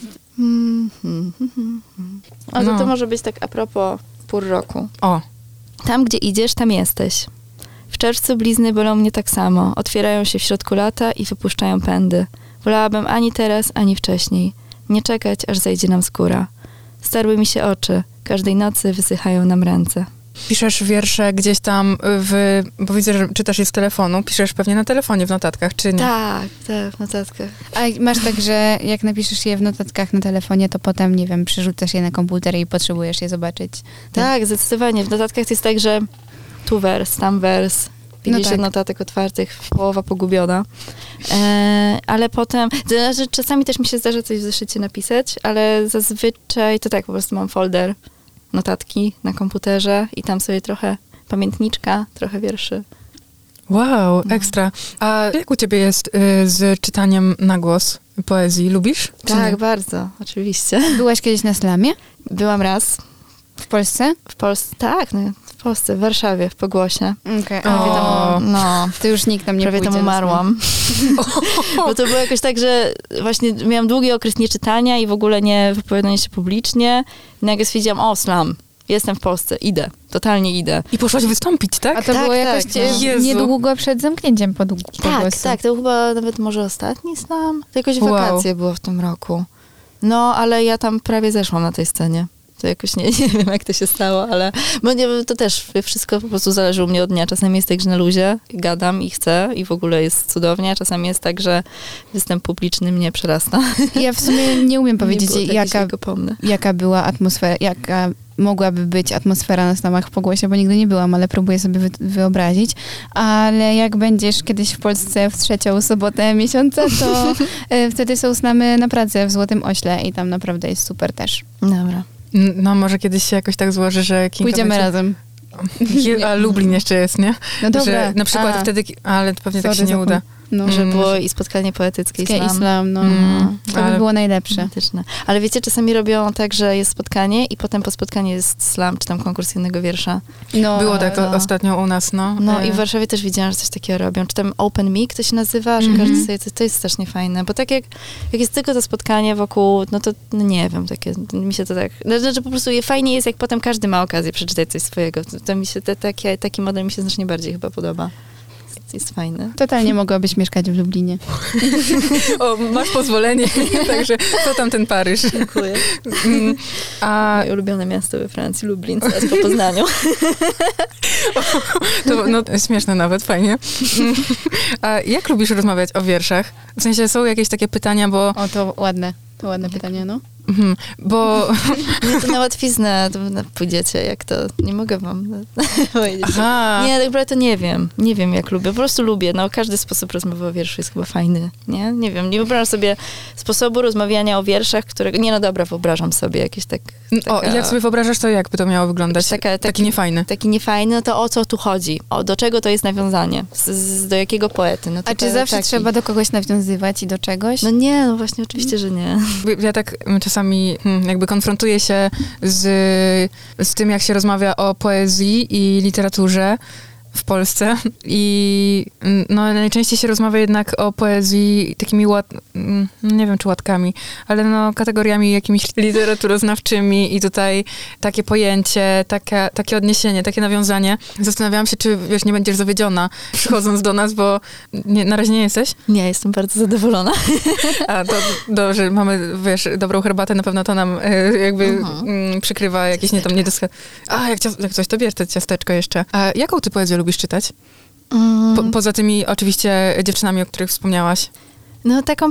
To może być tak a propos pór roku. O. Tam, gdzie idziesz, tam jesteś. W czerwcu blizny bolą mnie tak samo. Otwierają się w środku lata i wypuszczają pędy. Wolałabym ani teraz, ani wcześniej. Nie czekać, aż zejdzie nam skóra. Starły mi się oczy. Każdej nocy wysychają nam ręce. Piszesz wiersze gdzieś tam bo widzę, że czytasz je z telefonu. Piszesz pewnie na telefonie w notatkach, czy nie? Tak, w notatkach. A masz tak, że jak napiszesz je w notatkach na telefonie, to potem, nie wiem, przerzucasz je na komputer i potrzebujesz je zobaczyć. Tak, zdecydowanie. W notatkach to jest tak, że tu wers, tam wers, 50 notatek otwartych, połowa pogubiona. Ale potem, znaczy czasami też mi się zdarza coś w zeszycie napisać, ale zazwyczaj to tak, po prostu mam folder notatki na komputerze i tam sobie trochę pamiętniczka, trochę wierszy. Wow, ekstra. A jak u ciebie jest z czytaniem na głos poezji? Lubisz? Tak, bardzo, oczywiście. Byłaś kiedyś na slamie? Byłam raz. W Polsce? W Polsce, tak, w Polsce, w Warszawie, w Pogłosie. Okej. To już nikt tam nie prawie pójdzie. Tam umarłam. Bo to było jakoś tak, że właśnie miałam długi okres nieczitania i w ogóle nie wypowiadania się publicznie. I nagle stwierdziłam, slam, jestem w Polsce, idę, totalnie idę. I poszłaś wystąpić, tak? A to było jakoś niedługo przed zamknięciem Pogłosu. Tak, to chyba nawet może ostatni slam. To jakoś wakacje było w tym roku. No, ale ja tam prawie zeszłam na tej scenie. To jakoś nie wiem, jak to się stało, ale to też wszystko po prostu zależy u mnie od dnia. Czasami jest tak, że na luzie gadam i chcę i w ogóle jest cudownie, a czasami jest tak, że występ publiczny mnie przerasta. Ja w sumie nie umiem powiedzieć, jaka była atmosfera, jaka mogłaby być atmosfera na slamach w Pogłosie, bo nigdy nie byłam, ale próbuję sobie wyobrazić. Ale jak będziesz kiedyś w Polsce w 3. sobotę miesiąca, to wtedy są slamy na pracę w Złotym Ośle i tam naprawdę jest super też. Dobra. No może kiedyś się jakoś tak złoży, że Kinga pójdziemy razem. A Lublin jeszcze jest, nie? No dobra. Że na przykład wtedy, ale pewnie tak się nie uda. No. Że było i spotkanie poetyckie Islam. To by było najlepsze. Ale wiecie, czasami robią tak, że jest spotkanie i potem po spotkaniu jest slam, czy tam konkurs jednego wiersza. Było tak ostatnio u nas, no. No i w Warszawie też widziałam, że coś takiego robią. Czy tam Open Mic to się nazywa, że każdy sobie, to jest strasznie fajne. Bo tak jak jest tylko to spotkanie wokół, no to nie wiem, takie, mi się to tak, znaczy po prostu fajnie jest, jak potem każdy ma okazję przeczytać coś swojego. To mi się taki model mi się znacznie bardziej chyba podoba. Jest fajne. Totalnie mogłabyś mieszkać w Lublinie. O, masz pozwolenie, także co tam ten Paryż? Dziękuję. Moje ulubione miasto we Francji, Lublin, teraz po Poznaniu. To śmieszne nawet, fajnie. A jak lubisz rozmawiać o wierszach? W sensie są jakieś takie pytania, bo... O, to ładne pytanie, no. Bo... Nie, to na łatwiznę pójdziecie, jak to... Nie mogę wam powiedzieć. Aha. Nie, tak naprawdę to nie wiem. Nie wiem, jak lubię. Po prostu lubię. No, każdy sposób rozmowy o wierszu jest chyba fajny, nie? Nie wiem, nie wyobrażam sobie sposobu rozmawiania o wierszach, którego... Nie, no dobra, wyobrażam sobie jakieś tak... O, jak sobie wyobrażasz, to jak by to miało wyglądać? Taki niefajny. Taki niefajny, no to o co tu chodzi? Do czego to jest nawiązanie? Do jakiego poety? No to a czy zawsze trzeba do kogoś nawiązywać i do czegoś? No nie, no właśnie, oczywiście, że nie. Ja tak czasami jakby konfrontuję się z tym, jak się rozmawia o poezji i literaturze w Polsce i no, najczęściej się rozmawia jednak o poezji takimi nie wiem czy łatkami, ale no kategoriami jakimiś literaturoznawczymi i tutaj takie pojęcie, takie odniesienie, takie nawiązanie. Zastanawiałam się, czy wiesz, nie będziesz zawiedziona przychodząc do nas, bo na razie nie jesteś? Nie, jestem bardzo zadowolona. A to dobrze, mamy, wiesz, dobrą herbatę, na pewno to nam jakby przykrywa jakieś niedostatki. A, jak coś, to bierz te ciasteczko jeszcze. A jaką ty poezję lubisz czytać? Poza tymi oczywiście dziewczynami, o których wspomniałaś. No taką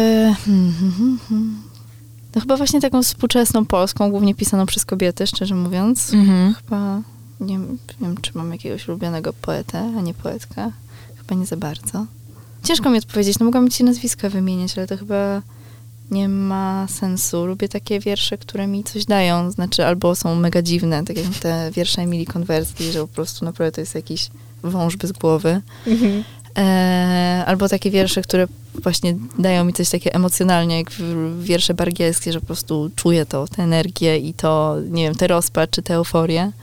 no chyba właśnie taką współczesną polską, głównie pisaną przez kobiety, szczerze mówiąc. Chyba nie wiem, czy mam jakiegoś ulubionego poetę, a nie poetkę. Chyba nie za bardzo. Ciężko mi odpowiedzieć, no mogłabym ci nazwiska wymieniać, ale to chyba nie ma sensu. Lubię takie wiersze, które mi coś dają, znaczy albo są mega dziwne, tak jak te wiersze Emilii Konwerskiej, że po prostu naprawdę to jest jakiś wąż bez głowy. Albo takie wiersze, które właśnie dają mi coś takie emocjonalnie, jak wiersze bargielskie, że po prostu czuję to, tę energię i to, nie wiem, tę rozpacz czy tę euforię.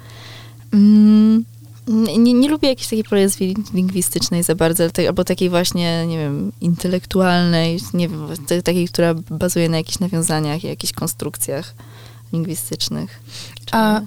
Nie lubię jakiejś takiej poezji lingwistycznej za bardzo, albo takiej właśnie, nie wiem, intelektualnej, nie wiem, takiej, która bazuje na jakichś nawiązaniach i jakichś konstrukcjach lingwistycznych. A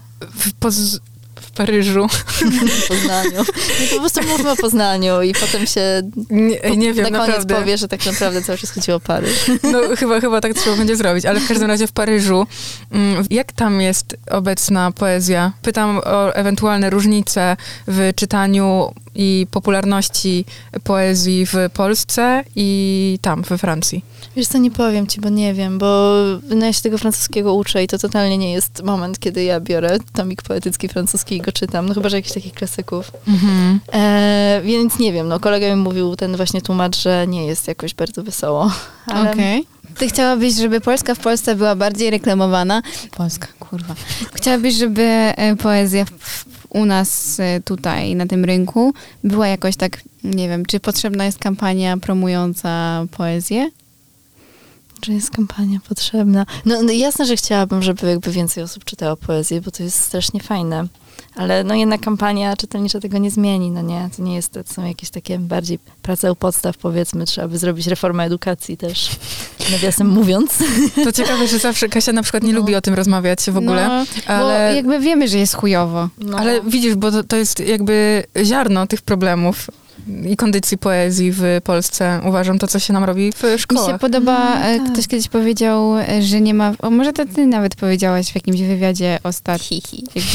w Paryżu. W Poznaniu. No po prostu mówmy o Poznaniu i potem się nie wiem, na koniec naprawdę powie, że tak naprawdę cały czas chodziło o Paryż. No chyba tak trzeba będzie zrobić, ale w każdym razie w Paryżu, jak tam jest obecna poezja? Pytam o ewentualne różnice w czytaniu i popularności poezji w Polsce i tam, we Francji. Wiesz co, nie powiem ci, bo nie wiem, bo no ja się tego francuskiego uczę i to totalnie nie jest moment, kiedy ja biorę tomik poetycki francuski i go czytam, no chyba, że jakichś takich klasyków. Więc nie wiem, no kolega mi mówił, ten właśnie tłumacz, że nie jest jakoś bardzo wesoło. Ale... Okej. Ty chciałabyś, żeby Polska w Polsce była bardziej reklamowana? Polska, kurwa. Chciałabyś, żeby poezja u nas tutaj, na tym rynku, była jakoś tak, nie wiem, czy potrzebna jest kampania promująca poezję? Czy jest kampania potrzebna? No jasne, że chciałabym, żeby jakby więcej osób czytało poezję, bo to jest strasznie fajne. Ale no jednak kampania czytelnicza tego nie zmieni, no nie? To nie jest, to są jakieś takie bardziej prace u podstaw, powiedzmy, trzeba by zrobić reformę edukacji też, nawiasem mówiąc. To ciekawe, że zawsze Kasia na przykład nie lubi o tym rozmawiać w ogóle. No, ale bo jakby wiemy, że jest chujowo. No. Ale widzisz, bo to jest jakby ziarno tych problemów i kondycji poezji w Polsce. Uważam to, co się nam robi w szkołach. Mi się podoba, ktoś kiedyś powiedział, że nie ma, może to ty nawet powiedziałaś w jakimś wywiadzie ostatnio, jakby,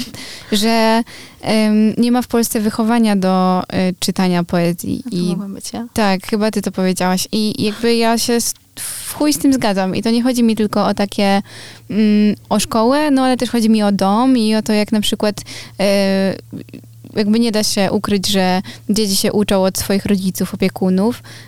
że nie ma w Polsce wychowania do czytania poezji. To mogła być ja? Tak, chyba ty to powiedziałaś. I jakby ja się w chuj z tym zgadzam. I to nie chodzi mi tylko o takie, o szkołę, no ale też chodzi mi o dom i o to, jak na przykład jakby nie da się ukryć, że dzieci się uczą od swoich rodziców, opiekunów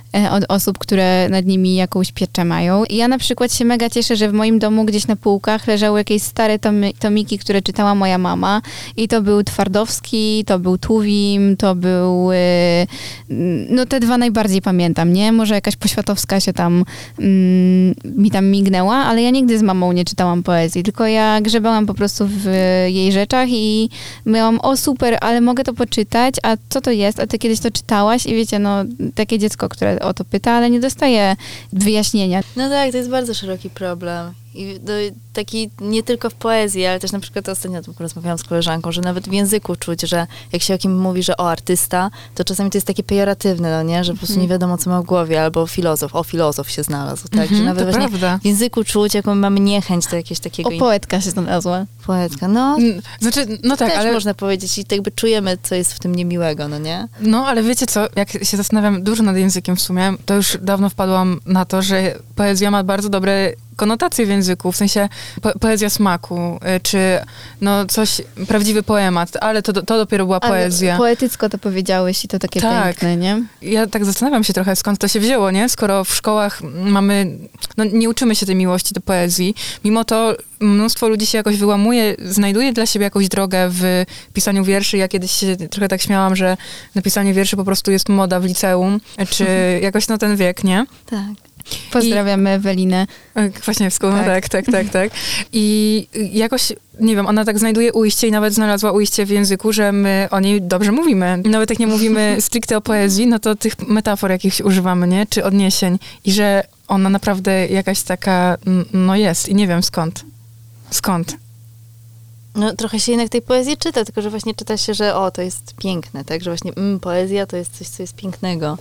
od osób, które nad nimi jakąś pieczę mają. I ja na przykład się mega cieszę, że w moim domu gdzieś na półkach leżały jakieś stare tomiki, które czytała moja mama. I to był Twardowski, to był Tuwim, to był... no te dwa najbardziej pamiętam, nie? Może jakaś Poświatowska się tam mi tam mignęła, ale ja nigdy z mamą nie czytałam poezji, tylko ja grzebałam po prostu w jej rzeczach i miałam, o super, ale mogę to poczytać, a co to jest? A ty kiedyś to czytałaś? I wiecie, no takie dziecko, które o to pyta, ale nie dostaje wyjaśnienia. No tak, to jest bardzo szeroki problem. I taki nie tylko w poezji, ale też na przykład ostatnio o tym rozmawiałam z koleżanką, że nawet w języku czuć, że jak się o kim mówi, że artysta, to czasami to jest takie pejoratywne, no nie? Że po prostu nie wiadomo, co ma w głowie, albo filozof się znalazł, tak? Że nawet to właśnie prawda. w języku czuć, jaką mamy niechęć do jakiegoś takiego... Poetka się znalazła. Poetka, no. Znaczy, no tak, też ale... można powiedzieć i jakby czujemy, co jest w tym niemiłego, no nie? No, ale wiecie co, jak się zastanawiam dużo nad językiem w sumie, to już dawno wpadłam na to, że poezja ma bardzo dobre konotacje w języku, w sensie poezja smaku, czy no coś, prawdziwy poemat, ale to dopiero była poezja. Ale poetycko to powiedziałeś i to takie piękne, nie? Ja tak zastanawiam się trochę, skąd to się wzięło, nie? Skoro w szkołach mamy, no nie uczymy się tej miłości do poezji, mimo to mnóstwo ludzi się jakoś wyłamuje, znajduje dla siebie jakąś drogę w pisaniu wierszy. Ja kiedyś się trochę tak śmiałam, że napisanie wierszy po prostu jest moda w liceum, czy jakoś no ten wiek, nie? Tak. Pozdrawiamy Ewelinę. Kwaśniewską, no tak. I jakoś, nie wiem, ona tak znajduje ujście i nawet znalazła ujście w języku, że my o niej dobrze mówimy. Nawet jak nie mówimy stricte o poezji, no to tych metafor jakichś używamy, nie? Czy odniesień. I że ona naprawdę jakaś taka, no jest i nie wiem skąd. Skąd? No trochę się jednak tej poezji czyta, tylko że właśnie czyta się, że to jest piękne, tak? Że właśnie poezja to jest coś, co jest pięknego.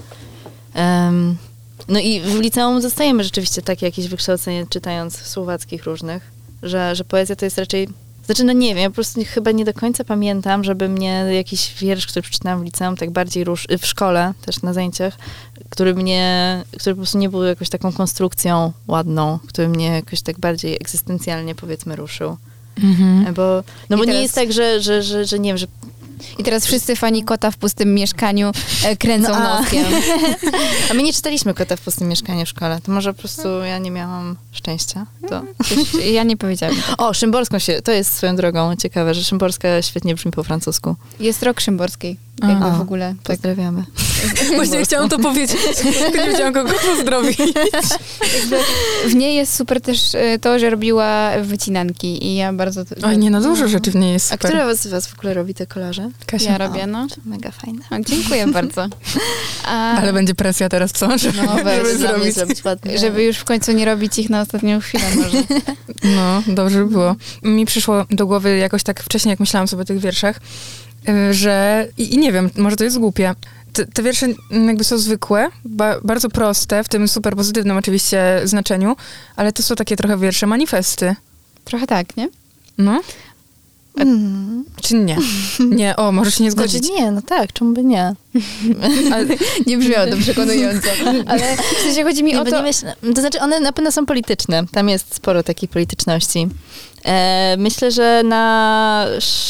No i w liceum dostajemy rzeczywiście takie jakieś wykształcenie, czytając słowackich różnych, że poezja to jest raczej... Znaczy, no nie wiem, ja po prostu chyba nie do końca pamiętam, żeby mnie jakiś wiersz, który przeczytałam w liceum, tak bardziej w szkole, też na zajęciach, który po prostu nie był jakąś taką konstrukcją ładną, który mnie jakoś tak bardziej egzystencjalnie, powiedzmy, ruszył. Bo teraz... nie jest tak, że nie wiem, że... I teraz wszyscy fani Kota w pustym mieszkaniu kręcą noskiem. A my nie czytaliśmy Kota w pustym mieszkaniu w szkole. To może po prostu ja nie miałam szczęścia. To. Ja nie powiedziałam. O, Szymborską to jest swoją drogą ciekawe, że Szymborska świetnie brzmi po francusku. Jest rok Szymborskiej. Jakby w ogóle. Pozdrawiamy. Właśnie chciałam to powiedzieć. Nie wiedziałam, kogo pozdrowić. W niej jest super też to, że robiła wycinanki i ja bardzo... Oj, nie, no dużo rzeczy w niej jest super. A która z was w ogóle robi te kolarze? Kasia. Ja robię, no. Mega fajne. Dziękuję bardzo. Ale będzie presja teraz, co? Żeby zrobić ładnie. Żeby już w końcu nie robić ich na ostatnią chwilę może. No, dobrze by było. Mi przyszło do głowy jakoś tak wcześniej, jak myślałam sobie o tych wierszach, że i nie wiem, może to jest głupie. Te wiersze jakby są zwykłe, bardzo proste, w tym super pozytywnym oczywiście znaczeniu, ale to są takie trochę wiersze manifesty. Trochę tak, nie? No. Czy nie? Nie, możesz się nie zgodzić. Znaczy nie, no tak, czemu by nie? Ale nie brzmiało to przekonująco. Ale w sensie chodzi mi o to... To znaczy one na pewno są polityczne. Tam jest sporo takiej polityczności. Myślę, że na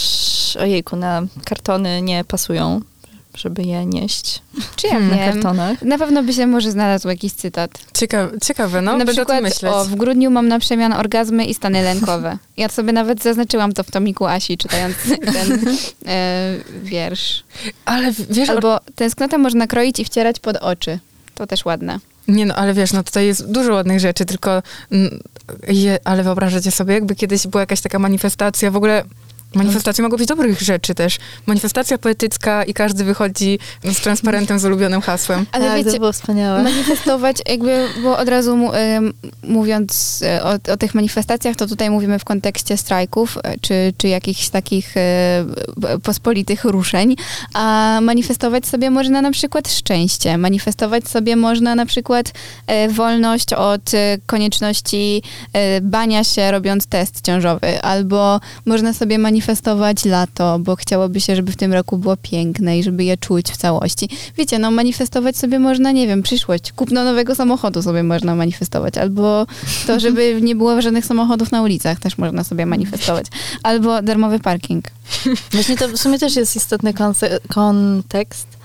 kartony nie pasują, żeby je nieść. Czy ja wiem. Na kartonach. Na pewno by się może znalazł jakiś cytat. Ciekawe, no. Na przykład, w grudniu mam na przemian orgazmy i stany lękowe. Ja sobie nawet zaznaczyłam to w tomiku Asi, czytając ten wiersz. Ale wiesz... Albo tęsknotę można kroić i wcierać pod oczy. To też ładne. Nie no, ale wiesz, no tutaj jest dużo ładnych rzeczy, tylko ale wyobrażacie sobie, jakby kiedyś była jakaś taka manifestacja, w ogóle manifestacje mogą być dobrych rzeczy też. Manifestacja poetycka i każdy wychodzi z transparentem z ulubionym hasłem. Ale tak, wiecie, to było wspaniałe. Manifestować jakby, bo od razu mówiąc o tych manifestacjach, to tutaj mówimy w kontekście strajków, czy jakichś takich pospolitych ruszeń, a manifestować sobie można na przykład szczęście, manifestować sobie można na przykład wolność od konieczności bania się robiąc test ciążowy, albo można sobie manifestować lato, bo chciałoby się, żeby w tym roku było piękne i żeby je czuć w całości. Wiecie, no manifestować sobie można, nie wiem, przyszłość. Kupno nowego samochodu sobie można manifestować. Albo to, żeby nie było żadnych samochodów na ulicach, też można sobie manifestować. Albo darmowy parking. Właśnie to w sumie też jest istotny kontekst,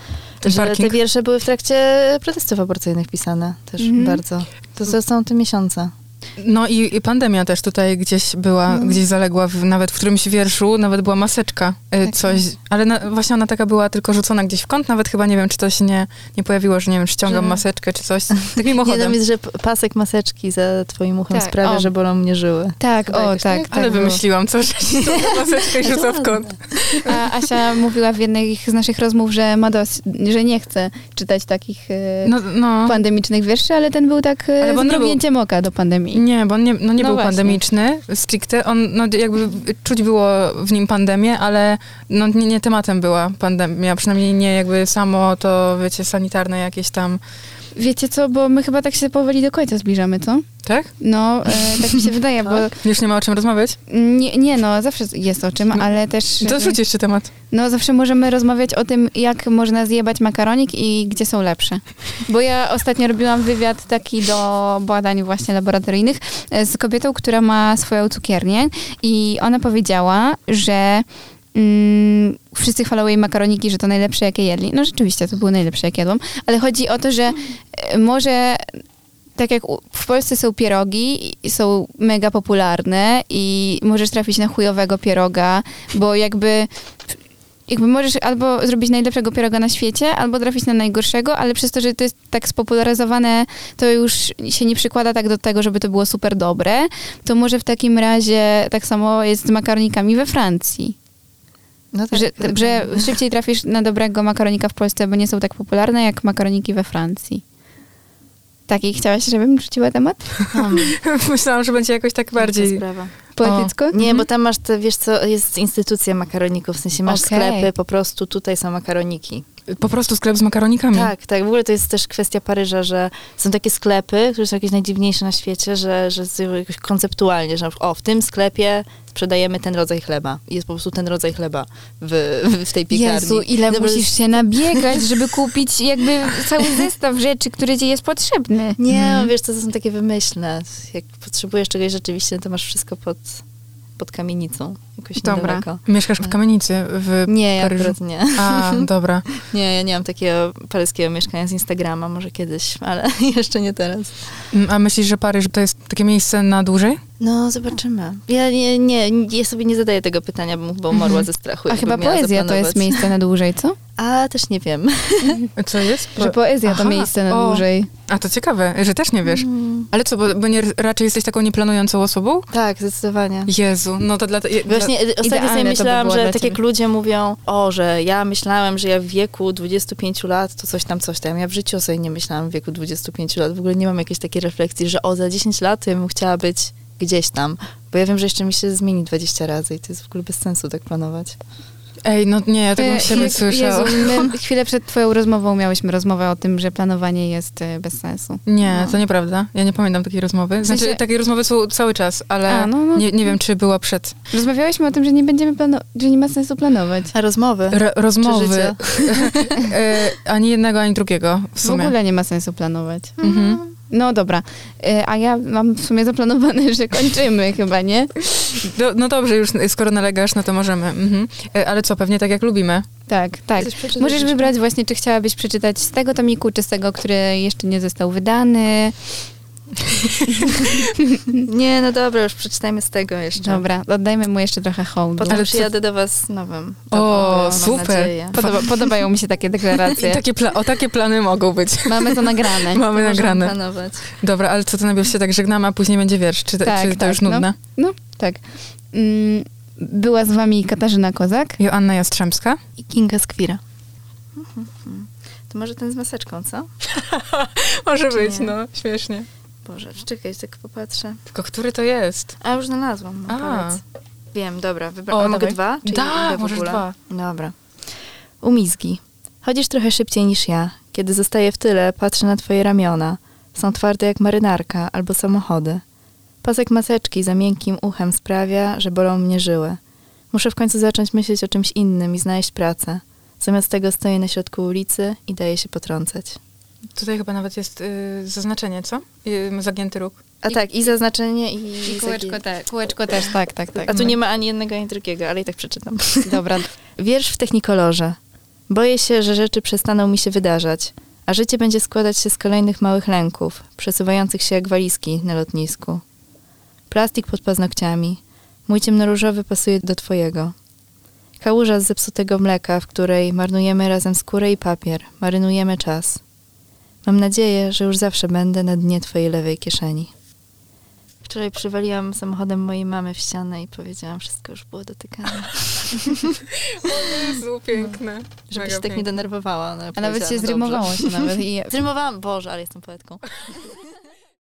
ten że parking. te wiersze były w trakcie protestów aborcyjnych pisane też bardzo. To są te miesiące. No i pandemia też tutaj gdzieś była, gdzieś zaległa, nawet w którymś wierszu nawet była maseczka, coś, ale właśnie ona taka była tylko rzucona gdzieś w kąt, nawet chyba nie wiem, czy to się nie pojawiło, że nie wiem, ściągam maseczkę, czy coś, tak mimochodem. Nie, tam jest, że pasek maseczki za twoim uchem sprawia, że bolą mnie żyły. Tak, tak. Ale wymyśliłam, co, że ściąga maseczkę i rzuca w kąt. A Asia mówiła w jednej z naszych rozmów, że że nie chce czytać takich pandemicznych wierszy, ale ten był tak z mrugnięciem oka do pandemii. Nie, bo on nie był właśnie. pandemiczny stricte. On, jakby czuć było w nim pandemię, ale nie tematem była pandemia. Przynajmniej nie jakby samo to, wiecie, sanitarne jakieś tam. Wiecie co, bo my chyba tak się powoli do końca zbliżamy, co? Tak? No, tak mi się wydaje, bo... Już nie ma o czym rozmawiać? Nie, zawsze jest o czym, ale też... To rzuć jeszcze temat. No, zawsze możemy rozmawiać o tym, jak można zjebać makaronik i gdzie są lepsze. Bo ja ostatnio robiłam wywiad taki do badań właśnie laboratoryjnych z kobietą, która ma swoją cukiernię i ona powiedziała, że wszyscy chwalą jej makaroniki, że to najlepsze, jakie jedli. No rzeczywiście, to było najlepsze, jak jadłam. Ale chodzi o to, że może tak jak w Polsce są pierogi i są mega popularne i możesz trafić na chujowego pieroga, bo jakby możesz albo zrobić najlepszego pieroga na świecie, albo trafić na najgorszego, ale przez to, że to jest tak spopularyzowane, to już się nie przykłada tak do tego, żeby to było super dobre, to może w takim razie tak samo jest z makaronikami we Francji. No tak, że szybciej trafisz na dobrego makaronika w Polsce, bo nie są tak popularne jak makaroniki we Francji. Tak, i chciałaś, żebym rzuciła temat? Myślałam, że będzie jakoś tak bardziej poetycko? Nie, bo tam masz, wiesz co, jest instytucja makaroników, w sensie masz sklepy, po prostu tutaj są makaroniki. Po prostu sklep z makaronikami? Tak. W ogóle to jest też kwestia Paryża, że są takie sklepy, które są jakieś najdziwniejsze na świecie, że są jakoś konceptualnie, że w tym sklepie sprzedajemy ten rodzaj chleba. Jest po prostu ten rodzaj chleba w tej piekarni. Jezu, ile musisz się nabiegać, żeby kupić jakby cały zestaw rzeczy, który ci jest potrzebny. Nie, wiesz, to są takie wymyślne. Jak potrzebujesz czegoś rzeczywiście, to masz wszystko pod kamienicą. Jakoś niedaleko. Mieszkasz w kamienicy w nie, Paryżu? Akurat nie. A, dobra. Nie, ja nie mam takiego paryskiego mieszkania z Instagrama, może kiedyś, ale jeszcze nie teraz. A myślisz, że Paryż to jest takie miejsce na dłużej? No, zobaczymy. Ja sobie nie zadaję tego pytania, bo umarła ze strachu. A chyba poezja to jest miejsce na dłużej, co? A, też nie wiem. Co jest? Że poezja to miejsce na dłużej. A to ciekawe, że też nie wiesz. Ale co, bo nie, raczej jesteś taką nieplanującą osobą? Tak, zdecydowanie. Jezu, no to Właśnie ostatnio sobie myślałam, że tak jak ludzie mówią, że ja myślałem, że ja w wieku 25 lat to coś tam. Ja w życiu sobie nie myślałam w wieku 25 lat. W ogóle nie mam jakiejś takiej refleksji, że za 10 lat to ja bym chciała być gdzieś tam. Bo ja wiem, że jeszcze mi się zmieni 20 razy i to jest w ogóle bez sensu tak planować. Ej, no nie, ja tego się nie słyszałam. My chwilę przed twoją rozmową miałyśmy rozmowę o tym, że planowanie jest bez sensu. Nie, to nieprawda. Ja nie pamiętam takiej rozmowy. Znaczy, takie rozmowy są cały czas, ale nie wiem, czy była przed. Rozmawiałyśmy o tym, że nie będziemy że nie ma sensu planować. A rozmowy? Rozmowy. Ani jednego, ani drugiego w sumie. W ogóle nie ma sensu planować. No dobra, a ja mam w sumie zaplanowane, że kończymy chyba, nie? No dobrze, już skoro nalegasz, no to możemy. Ale co, pewnie tak jak lubimy. Tak. Możesz wybrać właśnie, czy chciałabyś przeczytać z tego tomiku, czy z tego, który jeszcze nie został wydany. Nie, no dobra, już przeczytajmy z tego jeszcze. Dobra, oddajmy mu jeszcze trochę hołdu. Potem przyjadę do was z nowym. O, super. Podobają mi się takie deklaracje. Takie plany mogą być. Mamy to nagrane. Mamy nagrane. Planować. Dobra, ale co to najpierw się tak żegnamy, a później będzie wiersz? Czy to już nudne? No tak. Była z wami Katarzyna Kozak. Joanna Jastrzębska. I Kinga Skwira. To może ten z maseczką, co? Może być, śmiesznie. Boże, czekaj, tak popatrzę. Tylko który to jest? A, już znalazłam. Powiedz. Wiem, dobra. Mogę dwa? Tak, możesz dwa. Dobra. Umizgi. Chodzisz trochę szybciej niż ja. Kiedy zostaję w tyle, patrzę na twoje ramiona. Są twarde jak marynarka albo samochody. Pasek maseczki za miękkim uchem sprawia, że bolą mnie żyły. Muszę w końcu zacząć myśleć o czymś innym i znaleźć pracę. Zamiast tego stoję na środku ulicy i daję się potrącać. Tutaj chyba nawet jest zaznaczenie, co? Zagięty róg. A tak, i zaznaczenie i kółeczko też, tak. A tu nie ma ani jednego, ani drugiego, ale i tak przeczytam. Dobra. Wiersz w technikolorze. Boję się, że rzeczy przestaną mi się wydarzać, a życie będzie składać się z kolejnych małych lęków, przesuwających się jak walizki na lotnisku. Plastik pod paznokciami. Mój ciemnoróżowy pasuje do twojego. Kałuża z zepsutego mleka, w której marnujemy razem skórę i papier, marynujemy czas. Mam nadzieję, że już zawsze będę na dnie twojej lewej kieszeni. Wczoraj przywaliłam samochodem mojej mamy w ścianę i powiedziałam, wszystko już było dotykane. O Jezu, piękne. Żeby się tak nie denerwowała. A nawet się zrymowało się nawet. Zrymowałam, Boże, ale jestem poetką.